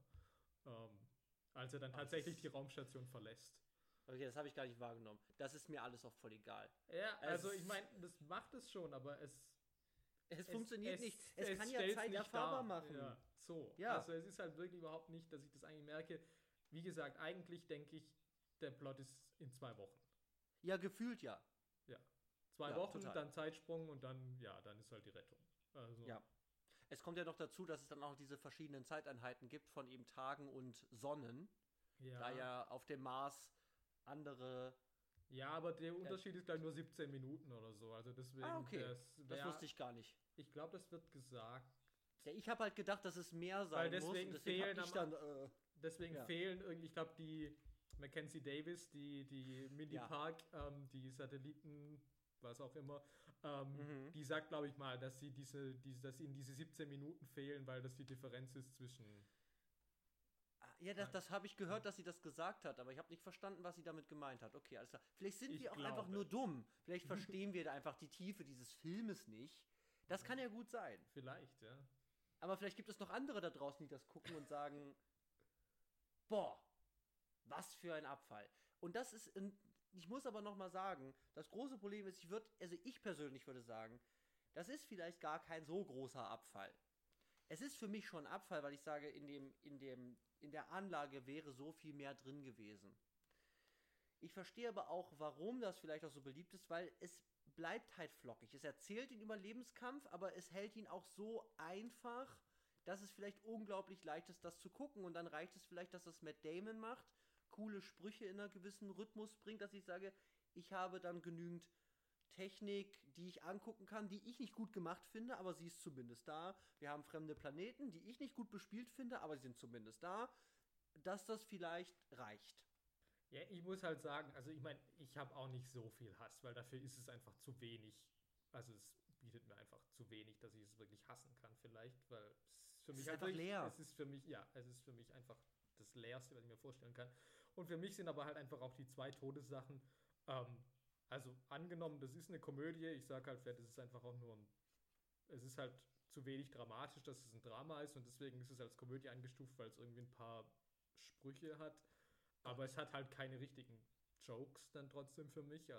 Als er dann tatsächlich die Raumstation verlässt. Okay, das habe ich gar nicht wahrgenommen. Das ist mir alles auch voll egal. Ja, also ich meine, das macht es schon, aber es funktioniert nicht. Es kann ja Zeit erfahrbar machen. Ja, so. Ja. Also es ist halt wirklich überhaupt nicht, dass ich das eigentlich merke. Wie gesagt, eigentlich denke ich, der Plot ist in 2 Wochen. Ja, gefühlt ja. Ja. 2 Wochen, total. Dann Zeitsprung und dann ist halt die Rettung. Also. Ja. Es kommt ja noch dazu, dass es dann auch diese verschiedenen Zeiteinheiten gibt von eben Tagen und Sonnen, da ja auf dem Mars andere... Ja, aber der Unterschied ist gleich nur 17 Minuten oder so. Also deswegen, okay. Das wusste ich gar nicht. Ich glaube, das wird gesagt. Ja, ich habe halt gedacht, dass es mehr sein weil deswegen muss. Fehlen Ja. fehlen irgendwie, ich glaube, die Mackenzie Davis, die Mindy Ja. Park, die Satelliten, was auch immer, die sagt, glaube ich mal, dass dass ihnen diese 17 Minuten fehlen, weil das die Differenz ist zwischen... Ja, das habe ich gehört, dass sie das gesagt hat, aber ich habe nicht verstanden, was sie damit gemeint hat. Okay, alles klar. Vielleicht sind wir auch einfach nur dumm. Vielleicht verstehen wir da einfach die Tiefe dieses Filmes nicht. Das kann ja gut sein. Vielleicht, ja. Aber vielleicht gibt es noch andere da draußen, die das gucken und sagen, boah, was für ein Abfall. Und das ist, ich muss aber noch mal sagen, das große Problem ist, ich persönlich würde sagen, das ist vielleicht gar kein so großer Abfall. Es ist für mich schon ein Abfall, weil ich sage, in der Anlage wäre so viel mehr drin gewesen. Ich verstehe aber auch, warum das vielleicht auch so beliebt ist, weil es bleibt halt flockig. Es erzählt den Überlebenskampf, aber es hält ihn auch so einfach, dass es vielleicht unglaublich leicht ist, das zu gucken. Und dann reicht es vielleicht, dass das Matt Damon macht, coole Sprüche in einer gewissen Rhythmus bringt, dass ich sage, ich habe dann genügend Technik, die ich angucken kann, die ich nicht gut gemacht finde, aber sie ist zumindest da. Wir haben fremde Planeten, die ich nicht gut bespielt finde, aber sie sind zumindest da, dass das vielleicht reicht. Ja, ich muss halt sagen, also ich meine, ich habe auch nicht so viel Hass, weil dafür ist es einfach zu wenig. Also es bietet mir einfach zu wenig, dass ich es wirklich hassen kann vielleicht, weil es für mich ist einfach leer. Es ist für mich einfach das Leerste, was ich mir vorstellen kann. Und für mich sind aber halt einfach auch die 2 Todessachen, also angenommen, das ist eine Komödie, ich sage halt, das ist einfach auch nur es ist halt zu wenig dramatisch, dass es ein Drama ist und deswegen ist es als Komödie eingestuft, weil es irgendwie ein paar Sprüche hat. Aber es hat halt keine richtigen Jokes dann trotzdem für mich,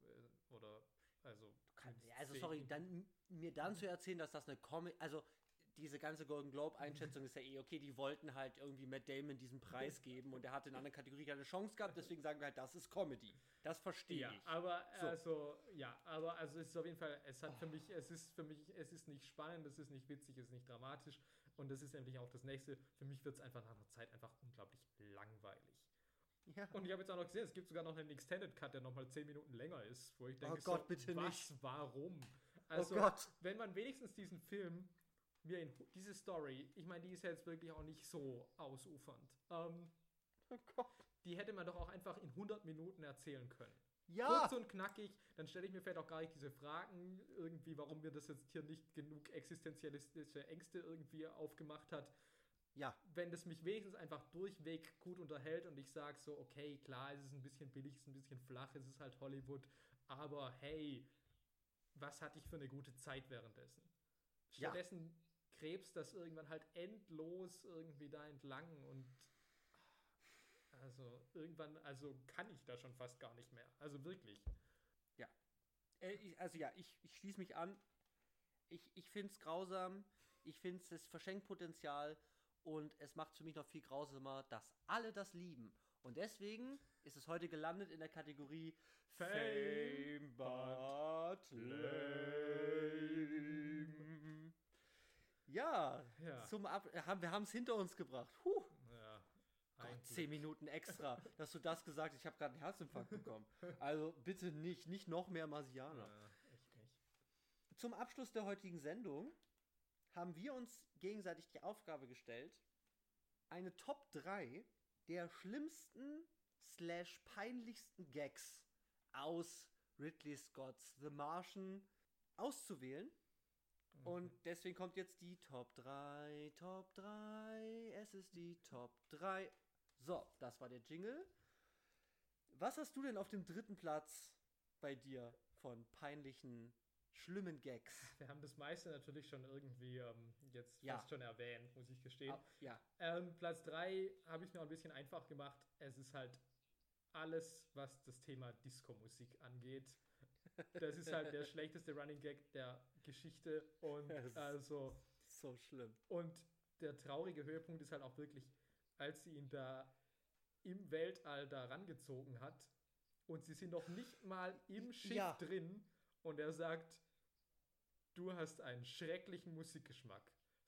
sorry, mir dann zu erzählen, dass das eine Comedy, also diese ganze Golden Globe-Einschätzung ist ja okay, die wollten halt irgendwie Matt Damon diesen Preis geben und er hat in einer anderen Kategorie keine Chance gehabt, deswegen sagen wir halt, das ist Comedy. Das verstehe ich. Aber es ist auf jeden Fall, es ist nicht spannend, es ist nicht witzig, es ist nicht dramatisch und das ist endlich auch das Nächste. Für mich wird es einfach nach einer Zeit einfach unglaublich langweilig. Ja. Und ich habe jetzt auch noch gesehen, es gibt sogar noch einen Extended Cut, der nochmal 10 Minuten länger ist, wo ich denke, oh Gott, bitte nicht. Warum? Also, wenn man wenigstens diesen Film, diese Story, ich meine, die ist ja jetzt wirklich auch nicht so ausufernd. Die hätte man doch auch einfach in 100 Minuten erzählen können. Ja! Kurz und knackig, dann stelle ich mir vielleicht auch gar nicht diese Fragen irgendwie, warum mir das jetzt hier nicht genug existenzialistische Ängste irgendwie aufgemacht hat. Ja. Wenn das mich wenigstens einfach durchweg gut unterhält und ich sage so, okay, klar, es ist ein bisschen billig, es ist ein bisschen flach, es ist halt Hollywood, aber hey, was hatte ich für eine gute Zeit währenddessen? Stattdessen krebst das irgendwann halt endlos irgendwie da entlang und also irgendwann, kann ich da schon fast gar nicht mehr. Also wirklich. Ja. Ich schließe mich an. Ich finde es grausam. Ich finde es verschenkt Potenzial. Und es macht für mich noch viel grausamer, dass alle das lieben. Und deswegen ist es heute gelandet in der Kategorie Fame but Lame. Ja. Wir haben es hinter uns gebracht. Ja. Gott, 10 Minuten extra, dass du das gesagt hast. Ich habe gerade einen Herzinfarkt bekommen. Also bitte nicht noch mehr Marsianer. Ja, echt nicht. Zum Abschluss der heutigen Sendung haben wir uns gegenseitig die Aufgabe gestellt, eine Top 3 der schlimmsten / peinlichsten Gags aus Ridley Scott's The Martian auszuwählen. Und deswegen kommt jetzt die Top 3, es ist die Top 3. So, das war der Jingle. Was hast du denn auf dem 3. Platz bei dir von peinlichen, schlimmen Gags? Wir haben das meiste natürlich schon irgendwie jetzt fast schon erwähnt, muss ich gestehen. Platz 3 habe ich mir auch ein bisschen einfach gemacht. Es ist halt alles, was das Thema Disco-Musik angeht. Das ist halt der schlechteste Running Gag der Geschichte und also so schlimm. Und der traurige Höhepunkt ist halt auch wirklich, als sie ihn da im Weltall da rangezogen hat und sie sind noch nicht mal im Schiff drin und er sagt, du hast einen schrecklichen Musikgeschmack.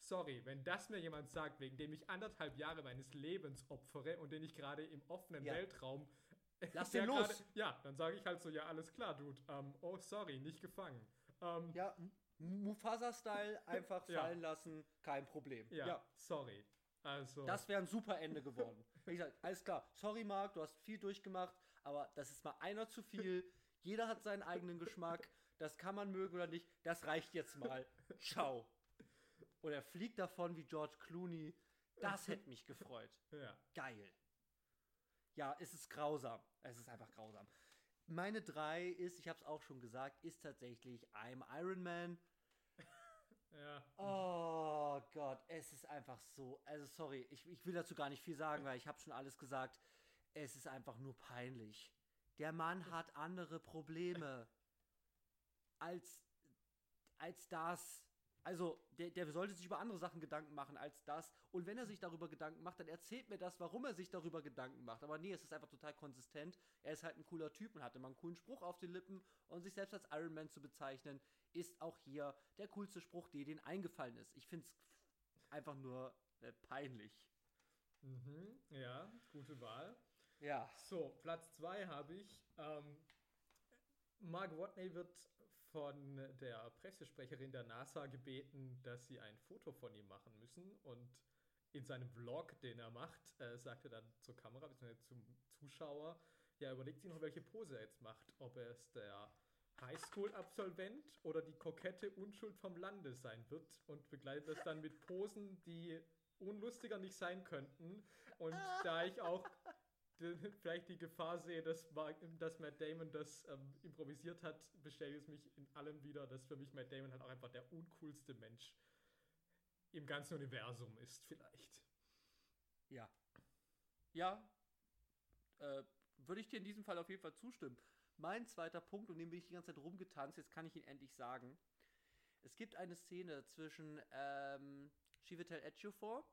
sorry, wenn das mir jemand sagt, wegen dem ich 1,5 Jahre meines Lebens opfere und den ich gerade im offenen Weltraum... Lass den los! Ja, dann sage ich halt so, ja, alles klar, Dude. Oh, sorry, nicht gefangen. Ja, Mufasa-Style einfach fallen lassen, kein Problem. Ja, sorry. Also. Das wäre ein super Ende geworden. Wenn ich sage, alles klar, sorry Marc, du hast viel durchgemacht, aber das ist mal einer zu viel. Jeder hat seinen eigenen Geschmack. Das kann man mögen oder nicht. Das reicht jetzt mal. Ciao. Und er fliegt davon wie George Clooney. Das hätte mich gefreut. Ja. Geil. Ja, es ist grausam. Es ist einfach grausam. Meine 3 ist, ich habe es auch schon gesagt, ist tatsächlich I'm Iron Man. Ja. Oh Gott, es ist einfach so. Also sorry, ich will dazu gar nicht viel sagen, weil ich habe schon alles gesagt. Es ist einfach nur peinlich. Der Mann hat andere Probleme als das. Also, der sollte sich über andere Sachen Gedanken machen als das. Und wenn er sich darüber Gedanken macht, dann erzählt mir das, warum er sich darüber Gedanken macht. Aber nee, es ist einfach total konsistent. Er ist halt ein cooler Typ und hatte mal einen coolen Spruch auf den Lippen. Und sich selbst als Iron Man zu bezeichnen, ist auch hier der coolste Spruch, der denen eingefallen ist. Ich find's einfach nur peinlich. Mhm, ja, gute Wahl. Ja. So, Platz 2 habe ich. Mark Watney wird von der Pressesprecherin der NASA gebeten, dass sie ein Foto von ihm machen müssen. Und in seinem Vlog, den er macht, sagt er dann zur Kamera bzw. zum Zuschauer, ja, überlegt sich noch, welche Pose er jetzt macht. Ob es der Highschool-Absolvent oder die kokette Unschuld vom Lande sein wird und begleitet das dann mit Posen, die unlustiger nicht sein könnten. Und da ich auch vielleicht die Gefahr sehe, dass Matt Damon das improvisiert hat, bestätigt es mich in allem wieder, dass für mich Matt Damon halt auch einfach der uncoolste Mensch im ganzen Universum ist, vielleicht. Ja. Ja. Würde ich dir in diesem Fall auf jeden Fall zustimmen. Mein zweiter Punkt, und den bin ich die ganze Zeit rumgetanzt, jetzt kann ich ihn endlich sagen. Es gibt eine Szene zwischen Chiwetel Ejiofor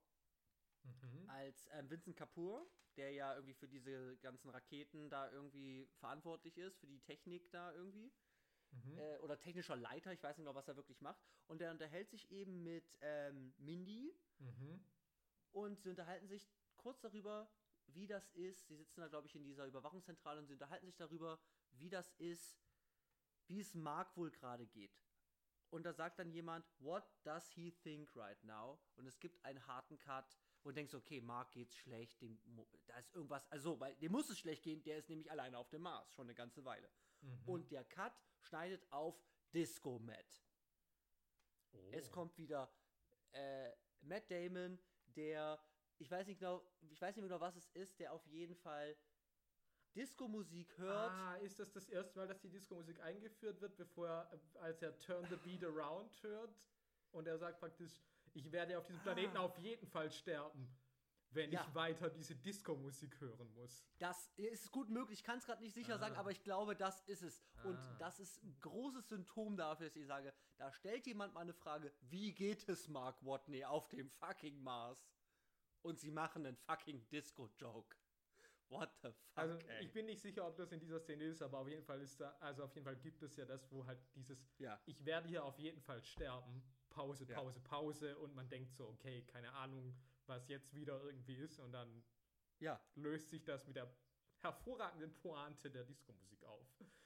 als Vincent Kapoor, der ja irgendwie für diese ganzen Raketen da irgendwie verantwortlich ist, für die Technik da irgendwie. Oder technischer Leiter, ich weiß nicht genau, was er wirklich macht. Und der unterhält sich eben mit Mindy. Und sie unterhalten sich kurz darüber, wie das ist. Sie sitzen da, glaube ich, in dieser Überwachungszentrale und sie unterhalten sich darüber, wie das ist, wie es Mark wohl gerade geht. Und da sagt dann jemand, what does he think right now? Und es gibt einen harten Cut, wo du denkst, okay, Mark geht's schlecht, da ist irgendwas, also, weil dem muss es schlecht gehen, der ist nämlich alleine auf dem Mars, schon eine ganze Weile. Und der Cut schneidet auf Disco Matt. Oh. Es kommt wieder Matt Damon, der, ich weiß nicht mehr genau, was es ist, der auf jeden Fall Disco-Musik hört. Ist das erste Mal, dass die Disco-Musik eingeführt wird, als er Turn the Beat Around hört? Und er sagt praktisch, ich werde auf diesem Planeten auf jeden Fall sterben, wenn ich weiter diese Disco-Musik hören muss. Das ist gut möglich, ich kann es gerade nicht sicher sagen, aber ich glaube, das ist es. Und das ist ein großes Symptom dafür, dass ich sage, da stellt jemand mal eine Frage, wie geht es Mark Watney auf dem fucking Mars? Und sie machen einen fucking Disco-Joke. What the fuck, also, ich bin nicht sicher, ob das in dieser Szene ist, aber auf jeden Fall gibt es ja das, wo halt dieses, ich werde hier auf jeden Fall sterben, Pause, Pause, und man denkt so, okay, keine Ahnung, was jetzt wieder irgendwie ist, und dann löst sich das mit der hervorragenden Pointe der Disco-Musik auf.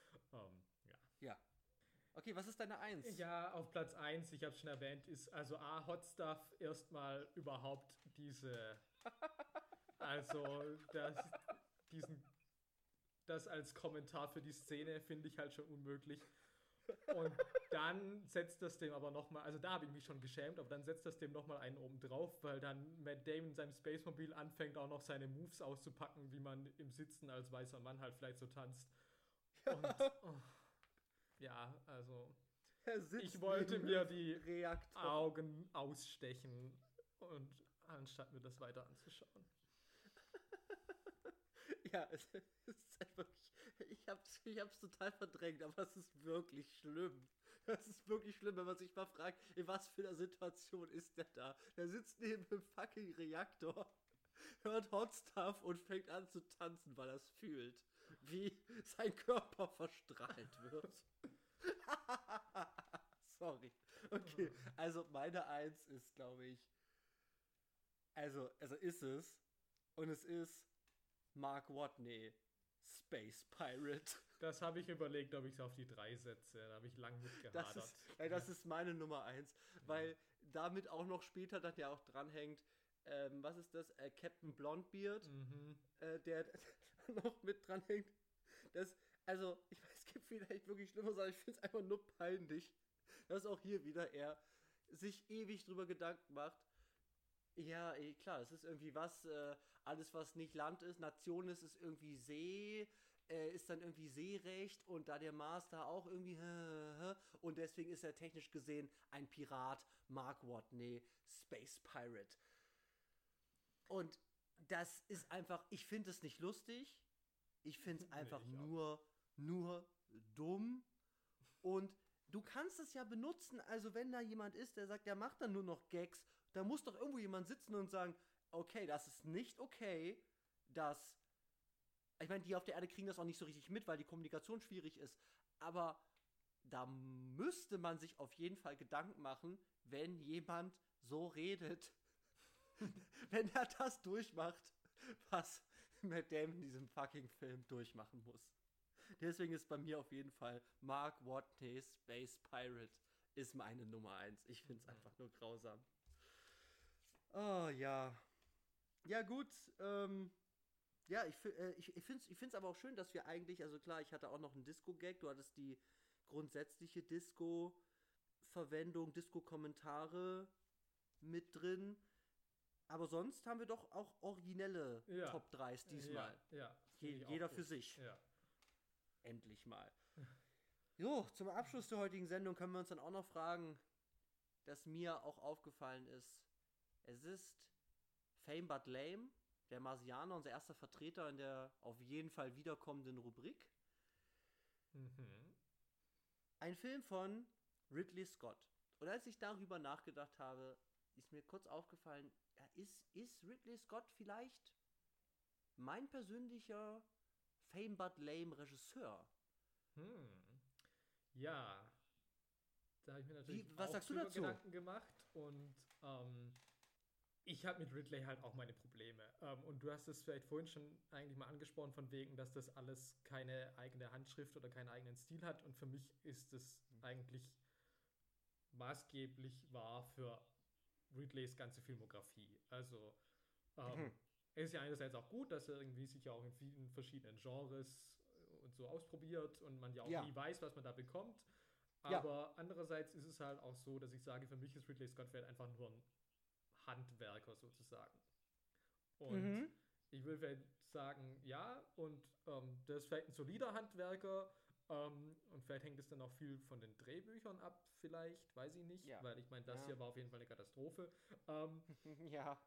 Ja. Okay, was ist deine 1? Ja, auf Platz 1, ich habe es schon erwähnt, ist also Hot Stuff erstmal überhaupt diese... Also, das als Kommentar für die Szene finde ich halt schon unmöglich. Und dann setzt das dem aber nochmal, also da habe ich mich schon geschämt, aber dann setzt das dem nochmal einen oben drauf, weil dann Matt Damon in seinem Space-Mobil anfängt, auch noch seine Moves auszupacken, wie man im Sitzen als weißer Mann halt vielleicht so tanzt. Und, also, ich wollte mir die Augen ausstechen, und anstatt mir das weiter anzuschauen. Ja, es ist einfach, ich hab's total verdrängt, aber es ist wirklich schlimm. Das ist wirklich schlimm, wenn man sich mal fragt, in was für einer Situation ist der da? Der sitzt neben dem fucking Reaktor, hört Hot Stuff und fängt an zu tanzen, weil er es fühlt, wie sein Körper verstrahlt wird. Sorry. Okay, also meine Eins ist, glaube ich, also ist es, und es ist Mark Watney, Space Pirate. Das habe ich überlegt, ob ich es auf die 3 setze. Da habe ich lang mit gehadert. Das ist meine Nummer eins, weil damit auch noch später dann ja auch dranhängt, was ist das? Captain Blondbeard, Mhm. der noch mit dranhängt. Also, ich weiß, es gibt vielleicht wirklich schlimmer Sachen, ich finde es einfach nur peinlich, dass auch hier wieder er sich ewig drüber Gedanken macht. Ja, klar, es ist irgendwie alles was nicht Land ist, Nation ist, ist irgendwie See, ist dann irgendwie Seerecht und da der Mars da auch irgendwie und deswegen ist er technisch gesehen ein Pirat, Mark Watney, Space Pirate. Und das ist einfach, ich finde es nicht lustig, ich finde es einfach Nee, ich auch nur dumm und du kannst es ja benutzen, also wenn da jemand ist, der sagt, der macht dann nur noch Gags, da muss doch irgendwo jemand sitzen und sagen, okay, das ist nicht okay, dass, ich meine, die auf der Erde kriegen das auch nicht so richtig mit, weil die Kommunikation schwierig ist, aber da müsste man sich auf jeden Fall Gedanken machen, wenn jemand so redet, wenn er das durchmacht, was Matt Damon in diesem fucking Film durchmachen muss. Deswegen ist bei mir auf jeden Fall Mark Watney Space Pirate ist meine Nummer 1. Ich finde es einfach nur grausam. Oh ja. Ja gut, ja, ich find's aber auch schön, dass wir eigentlich, also klar, ich hatte auch noch einen Disco-Gag, du hattest die grundsätzliche Disco-Verwendung, Disco-Kommentare mit drin, aber sonst haben wir doch auch originelle Ja. Top 3s diesmal. Ja. Finde ich auch Jeder gut. für sich. Ja. Endlich mal. Jo, zum Abschluss der heutigen Sendung können wir uns dann auch noch fragen, dass mir auch aufgefallen ist, es ist Fame But Lame, der Marsianer, unser erster Vertreter in der auf jeden Fall wiederkommenden Rubrik. Mhm. Ein Film von Ridley Scott. Und als ich darüber nachgedacht habe, ist mir kurz aufgefallen, ja, ist Ridley Scott vielleicht mein persönlicher Fame But Lame Regisseur? Ja, da habe ich mir natürlich Was auch sagst du drüber dazu? Gedanken gemacht und ich habe mit Ridley halt auch meine Probleme. Und du hast es vielleicht vorhin schon eigentlich mal angesprochen, von wegen, dass das alles keine eigene Handschrift oder keinen eigenen Stil hat. Und für mich ist es eigentlich maßgeblich wahr für Ridleys ganze Filmografie. Also Mhm. es ist ja einerseits auch gut, dass er irgendwie sich ja auch in vielen verschiedenen Genres und so ausprobiert und man ja auch Ja. nie weiß, was man da bekommt. Ja. Aber andererseits ist es halt auch so, dass ich sage, für mich ist Ridley Scott vielleicht einfach nur ein Handwerker sozusagen. Und Mhm. ich will vielleicht sagen, ja, und der ist vielleicht ein solider Handwerker und vielleicht hängt es dann auch viel von den Drehbüchern ab, vielleicht, weiß ich nicht, Ja. weil ich meine, das Ja. hier war auf jeden Fall eine Katastrophe. Ähm, Ja.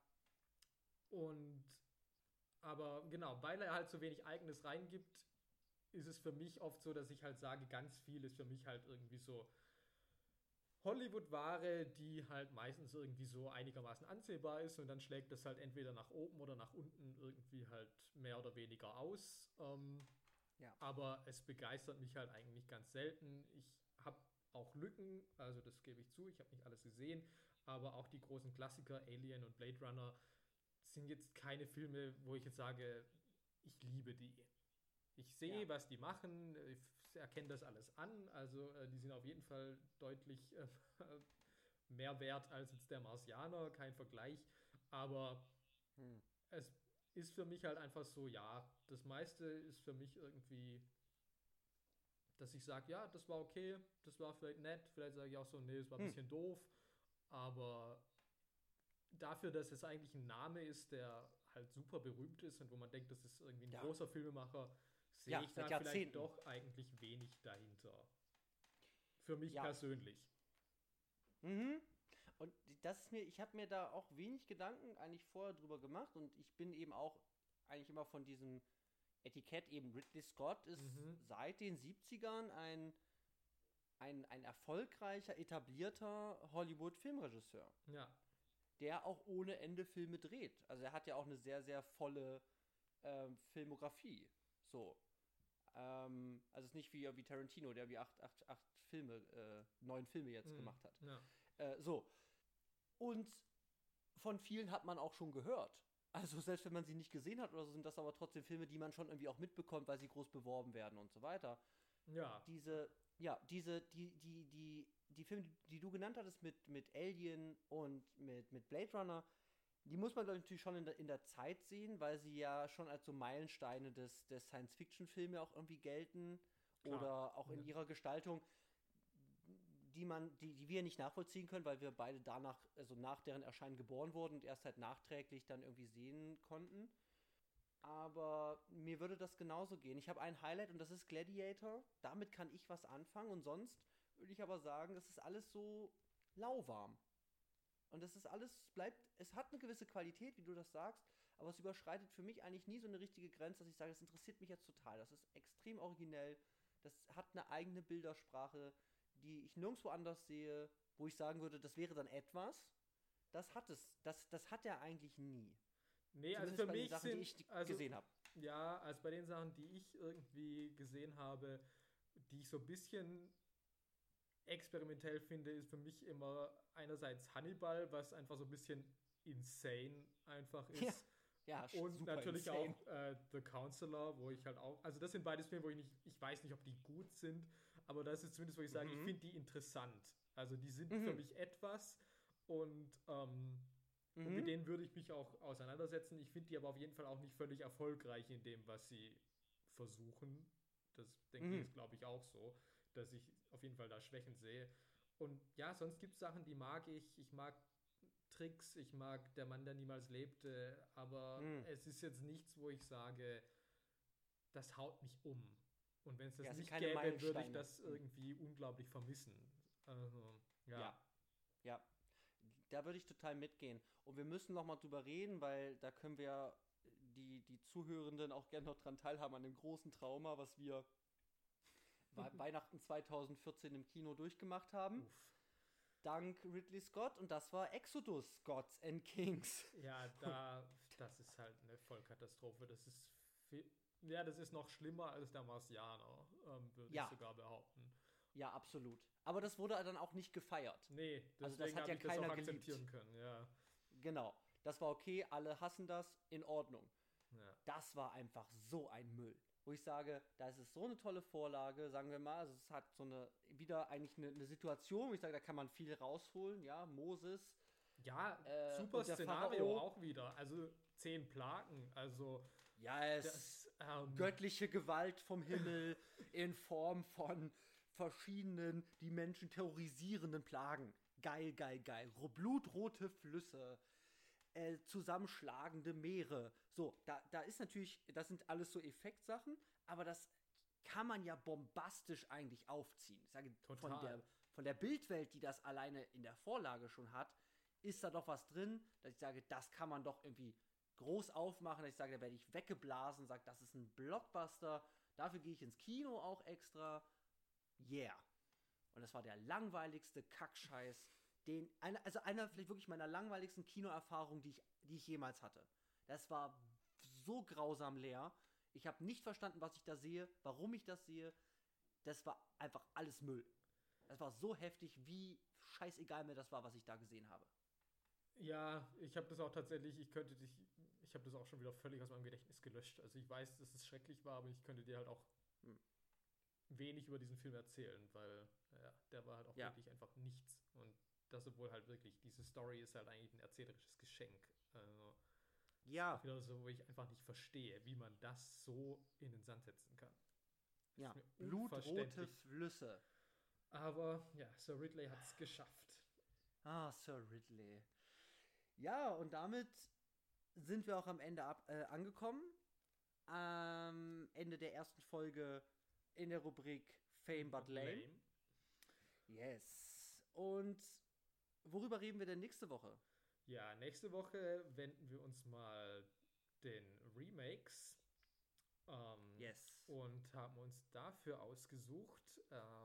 und aber genau, weil er halt so wenig Eigenes reingibt, ist es für mich oft so, dass ich halt sage, ganz viel ist für mich halt irgendwie so Hollywood-Ware, die halt meistens irgendwie so einigermaßen ansehbar ist und dann schlägt das halt entweder nach oben oder nach unten irgendwie halt mehr oder weniger aus. Ja. Aber es begeistert mich halt eigentlich ganz selten. Ich habe auch Lücken, also das gebe ich zu, ich habe nicht alles gesehen, aber auch die großen Klassiker Alien und Blade Runner sind jetzt keine Filme, wo ich jetzt sage, ich liebe die. Ich sehe, Ja. was die machen, ich erkenne das alles an, also die sind auf jeden Fall deutlich mehr wert als jetzt der Marsianer, kein Vergleich, aber Hm. es ist für mich halt einfach so, ja, das meiste ist für mich irgendwie, dass ich sage, ja, das war okay, das war vielleicht nett, vielleicht sage ich auch so, nee, es war ein Hm. bisschen doof, aber dafür, dass es eigentlich ein Name ist, der halt super berühmt ist und wo man denkt, das ist irgendwie ein Ja. großer Filmemacher, sehe Ja, ich seit da vielleicht Jahrzehnten. doch eigentlich wenig dahinter. Für mich Ja. persönlich. Mhm. Und ich habe mir da auch wenig Gedanken eigentlich vorher drüber gemacht und ich bin eben auch eigentlich immer von diesem Etikett eben Ridley Scott ist Mhm. seit den 70ern ein erfolgreicher, etablierter Hollywood-Filmregisseur, Ja. der auch ohne Ende Filme dreht. Also er hat ja auch eine sehr, sehr volle Filmografie. So. Also es ist nicht wie Tarantino, der wie acht Filme, 9 Filme jetzt gemacht hat. Ja. So. Und von vielen hat man auch schon gehört. Also selbst wenn man sie nicht gesehen hat oder so, sind das aber trotzdem Filme, die man schon irgendwie auch mitbekommt, weil sie groß beworben werden und so weiter. Ja. Die Filme, die du genannt hattest mit Alien und mit Blade Runner, die muss man, glaube ich, natürlich schon in der Zeit sehen, weil sie ja schon als so Meilensteine des Science-Fiction-Filme auch irgendwie gelten. Klar. Oder auch in ihrer Gestaltung, die wir nicht nachvollziehen können, weil wir beide danach, also nach deren Erscheinen geboren wurden und erst halt nachträglich dann irgendwie sehen konnten. Aber mir würde das genauso gehen. Ich habe ein Highlight und das ist Gladiator. Damit kann ich was anfangen und sonst würde ich aber sagen, es ist alles so lauwarm. Und es ist alles, es hat eine gewisse Qualität, wie du das sagst, aber es überschreitet für mich eigentlich nie so eine richtige Grenze, dass ich sage, das interessiert mich jetzt total. Das ist extrem originell, das hat eine eigene Bildersprache, die ich nirgendwo anders sehe, wo ich sagen würde, das wäre dann etwas. Das hat er eigentlich nie. Nee, also Zumindest für bei den mich Sachen, die ich gesehen habe. Ja, also bei den Sachen, die ich irgendwie gesehen habe, die ich so ein bisschen experimentell finde, ist für mich immer einerseits Hannibal, was einfach so ein bisschen insane einfach ist. Ja, und super natürlich insane. auch The Counselor, wo ich halt auch, also das sind beides Filme, wo ich weiß nicht, ob die gut sind, aber das ist zumindest, wo ich sage, ich finde die interessant. Also die sind für mich etwas und mit denen würde ich mich auch auseinandersetzen. Ich finde die aber auf jeden Fall auch nicht völlig erfolgreich in dem, was sie versuchen. Das denke ich ist, glaube ich, auch so, dass ich auf jeden Fall da Schwächen sehe. Und ja, sonst gibt es Sachen, die mag ich. Ich mag Tricks, ich mag Der Mann, der niemals lebte, aber es ist jetzt nichts, wo ich sage, das haut mich um. Und wenn es das nicht gäbe, würde ich das irgendwie unglaublich vermissen. Also, ja. Ja. Da würde ich total mitgehen. Und wir müssen noch mal drüber reden, weil da können wir die Zuhörenden auch gerne noch dran teilhaben an dem großen Trauma, was wir Weihnachten 2014 im Kino durchgemacht haben. Uff. Dank Ridley Scott, und das war Exodus, Gods and Kings. Ja, das ist halt eine Vollkatastrophe. Das ist noch schlimmer als der Marsianer, würde ich sogar behaupten. Ja, absolut. Aber das wurde dann auch nicht gefeiert. Nee, deswegen also das hat ja keiner das auch akzeptieren können, ja. Genau, das war okay, alle hassen das, in Ordnung. Ja. Das war einfach so ein Müll. Wo ich sage, da ist es so eine tolle Vorlage, sagen wir mal, also es hat so wieder eigentlich eine Situation, wo ich sage, da kann man viel rausholen, ja, Moses. Ja, super Szenario Pharao, auch wieder, also 10 Plagen, also göttliche Gewalt vom Himmel in Form von verschiedenen, die Menschen terrorisierenden Plagen. Geil. Blutrote Flüsse, zusammenschlagende Meere. So, da ist natürlich, das sind alles so Effektsachen, aber das kann man ja bombastisch eigentlich aufziehen. Ich sage, von der Bildwelt, die das alleine in der Vorlage schon hat, ist da doch was drin, dass ich sage, das kann man doch irgendwie groß aufmachen, dass ich sage, da werde ich weggeblasen, sage, das ist ein Blockbuster, dafür gehe ich ins Kino auch extra. Yeah. Und das war der langweiligste Kackscheiß, einer vielleicht wirklich meiner langweiligsten Kinoerfahrungen, die ich jemals hatte. Das war so grausam leer. Ich habe nicht verstanden, was ich da sehe, warum ich das sehe. Das war einfach alles Müll. Das war so heftig, wie scheißegal mir das war, was ich da gesehen habe. Ja, ich habe das auch tatsächlich, ich habe das auch schon wieder völlig aus meinem Gedächtnis gelöscht. Also ich weiß, dass es schrecklich war, aber ich könnte dir halt auch wenig über diesen Film erzählen, weil der war halt auch wirklich einfach nichts. Und das, obwohl halt wirklich, diese Story ist halt eigentlich ein erzählerisches Geschenk. Also ja. Wieder so, wo ich einfach nicht verstehe, wie man das so in den Sand setzen kann. Ja, blutrote Flüsse. Aber ja, Sir Ridley hat es geschafft. Ah, Sir Ridley. Ja, und damit sind wir auch am Ende angekommen. Am Ende der ersten Folge in der Rubrik Fame But Lame. Yes. Und worüber reden wir denn nächste Woche? Ja, nächste Woche wenden wir uns mal den Remakes und haben uns dafür ausgesucht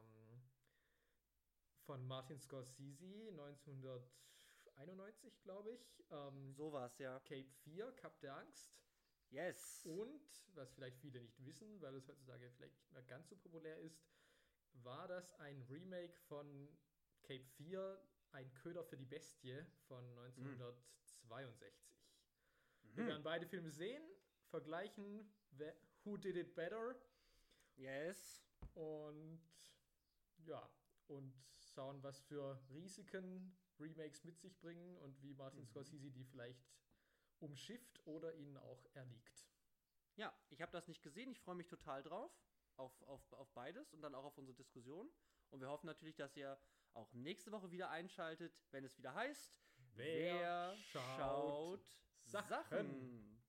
von Martin Scorsese 1991, glaube ich. Sowas, ja. Cape 4, Kap der Angst. Yes. Und, was vielleicht viele nicht wissen, weil es heutzutage vielleicht nicht mehr ganz so populär ist, war das ein Remake von Cape 4, ein Köder für die Bestie von 1962. Wir werden beide Filme sehen, vergleichen, who did it better. Yes. Und ja, und schauen, was für Risiken Remakes mit sich bringen und wie Martin Scorsese die vielleicht umschifft oder ihnen auch erliegt. Ja, ich habe das nicht gesehen. Ich freue mich total drauf. Auf beides und dann auch auf unsere Diskussion. Und wir hoffen natürlich, dass ihr auch nächste Woche wieder einschaltet, wenn es wieder heißt, Wer schaut Sachen?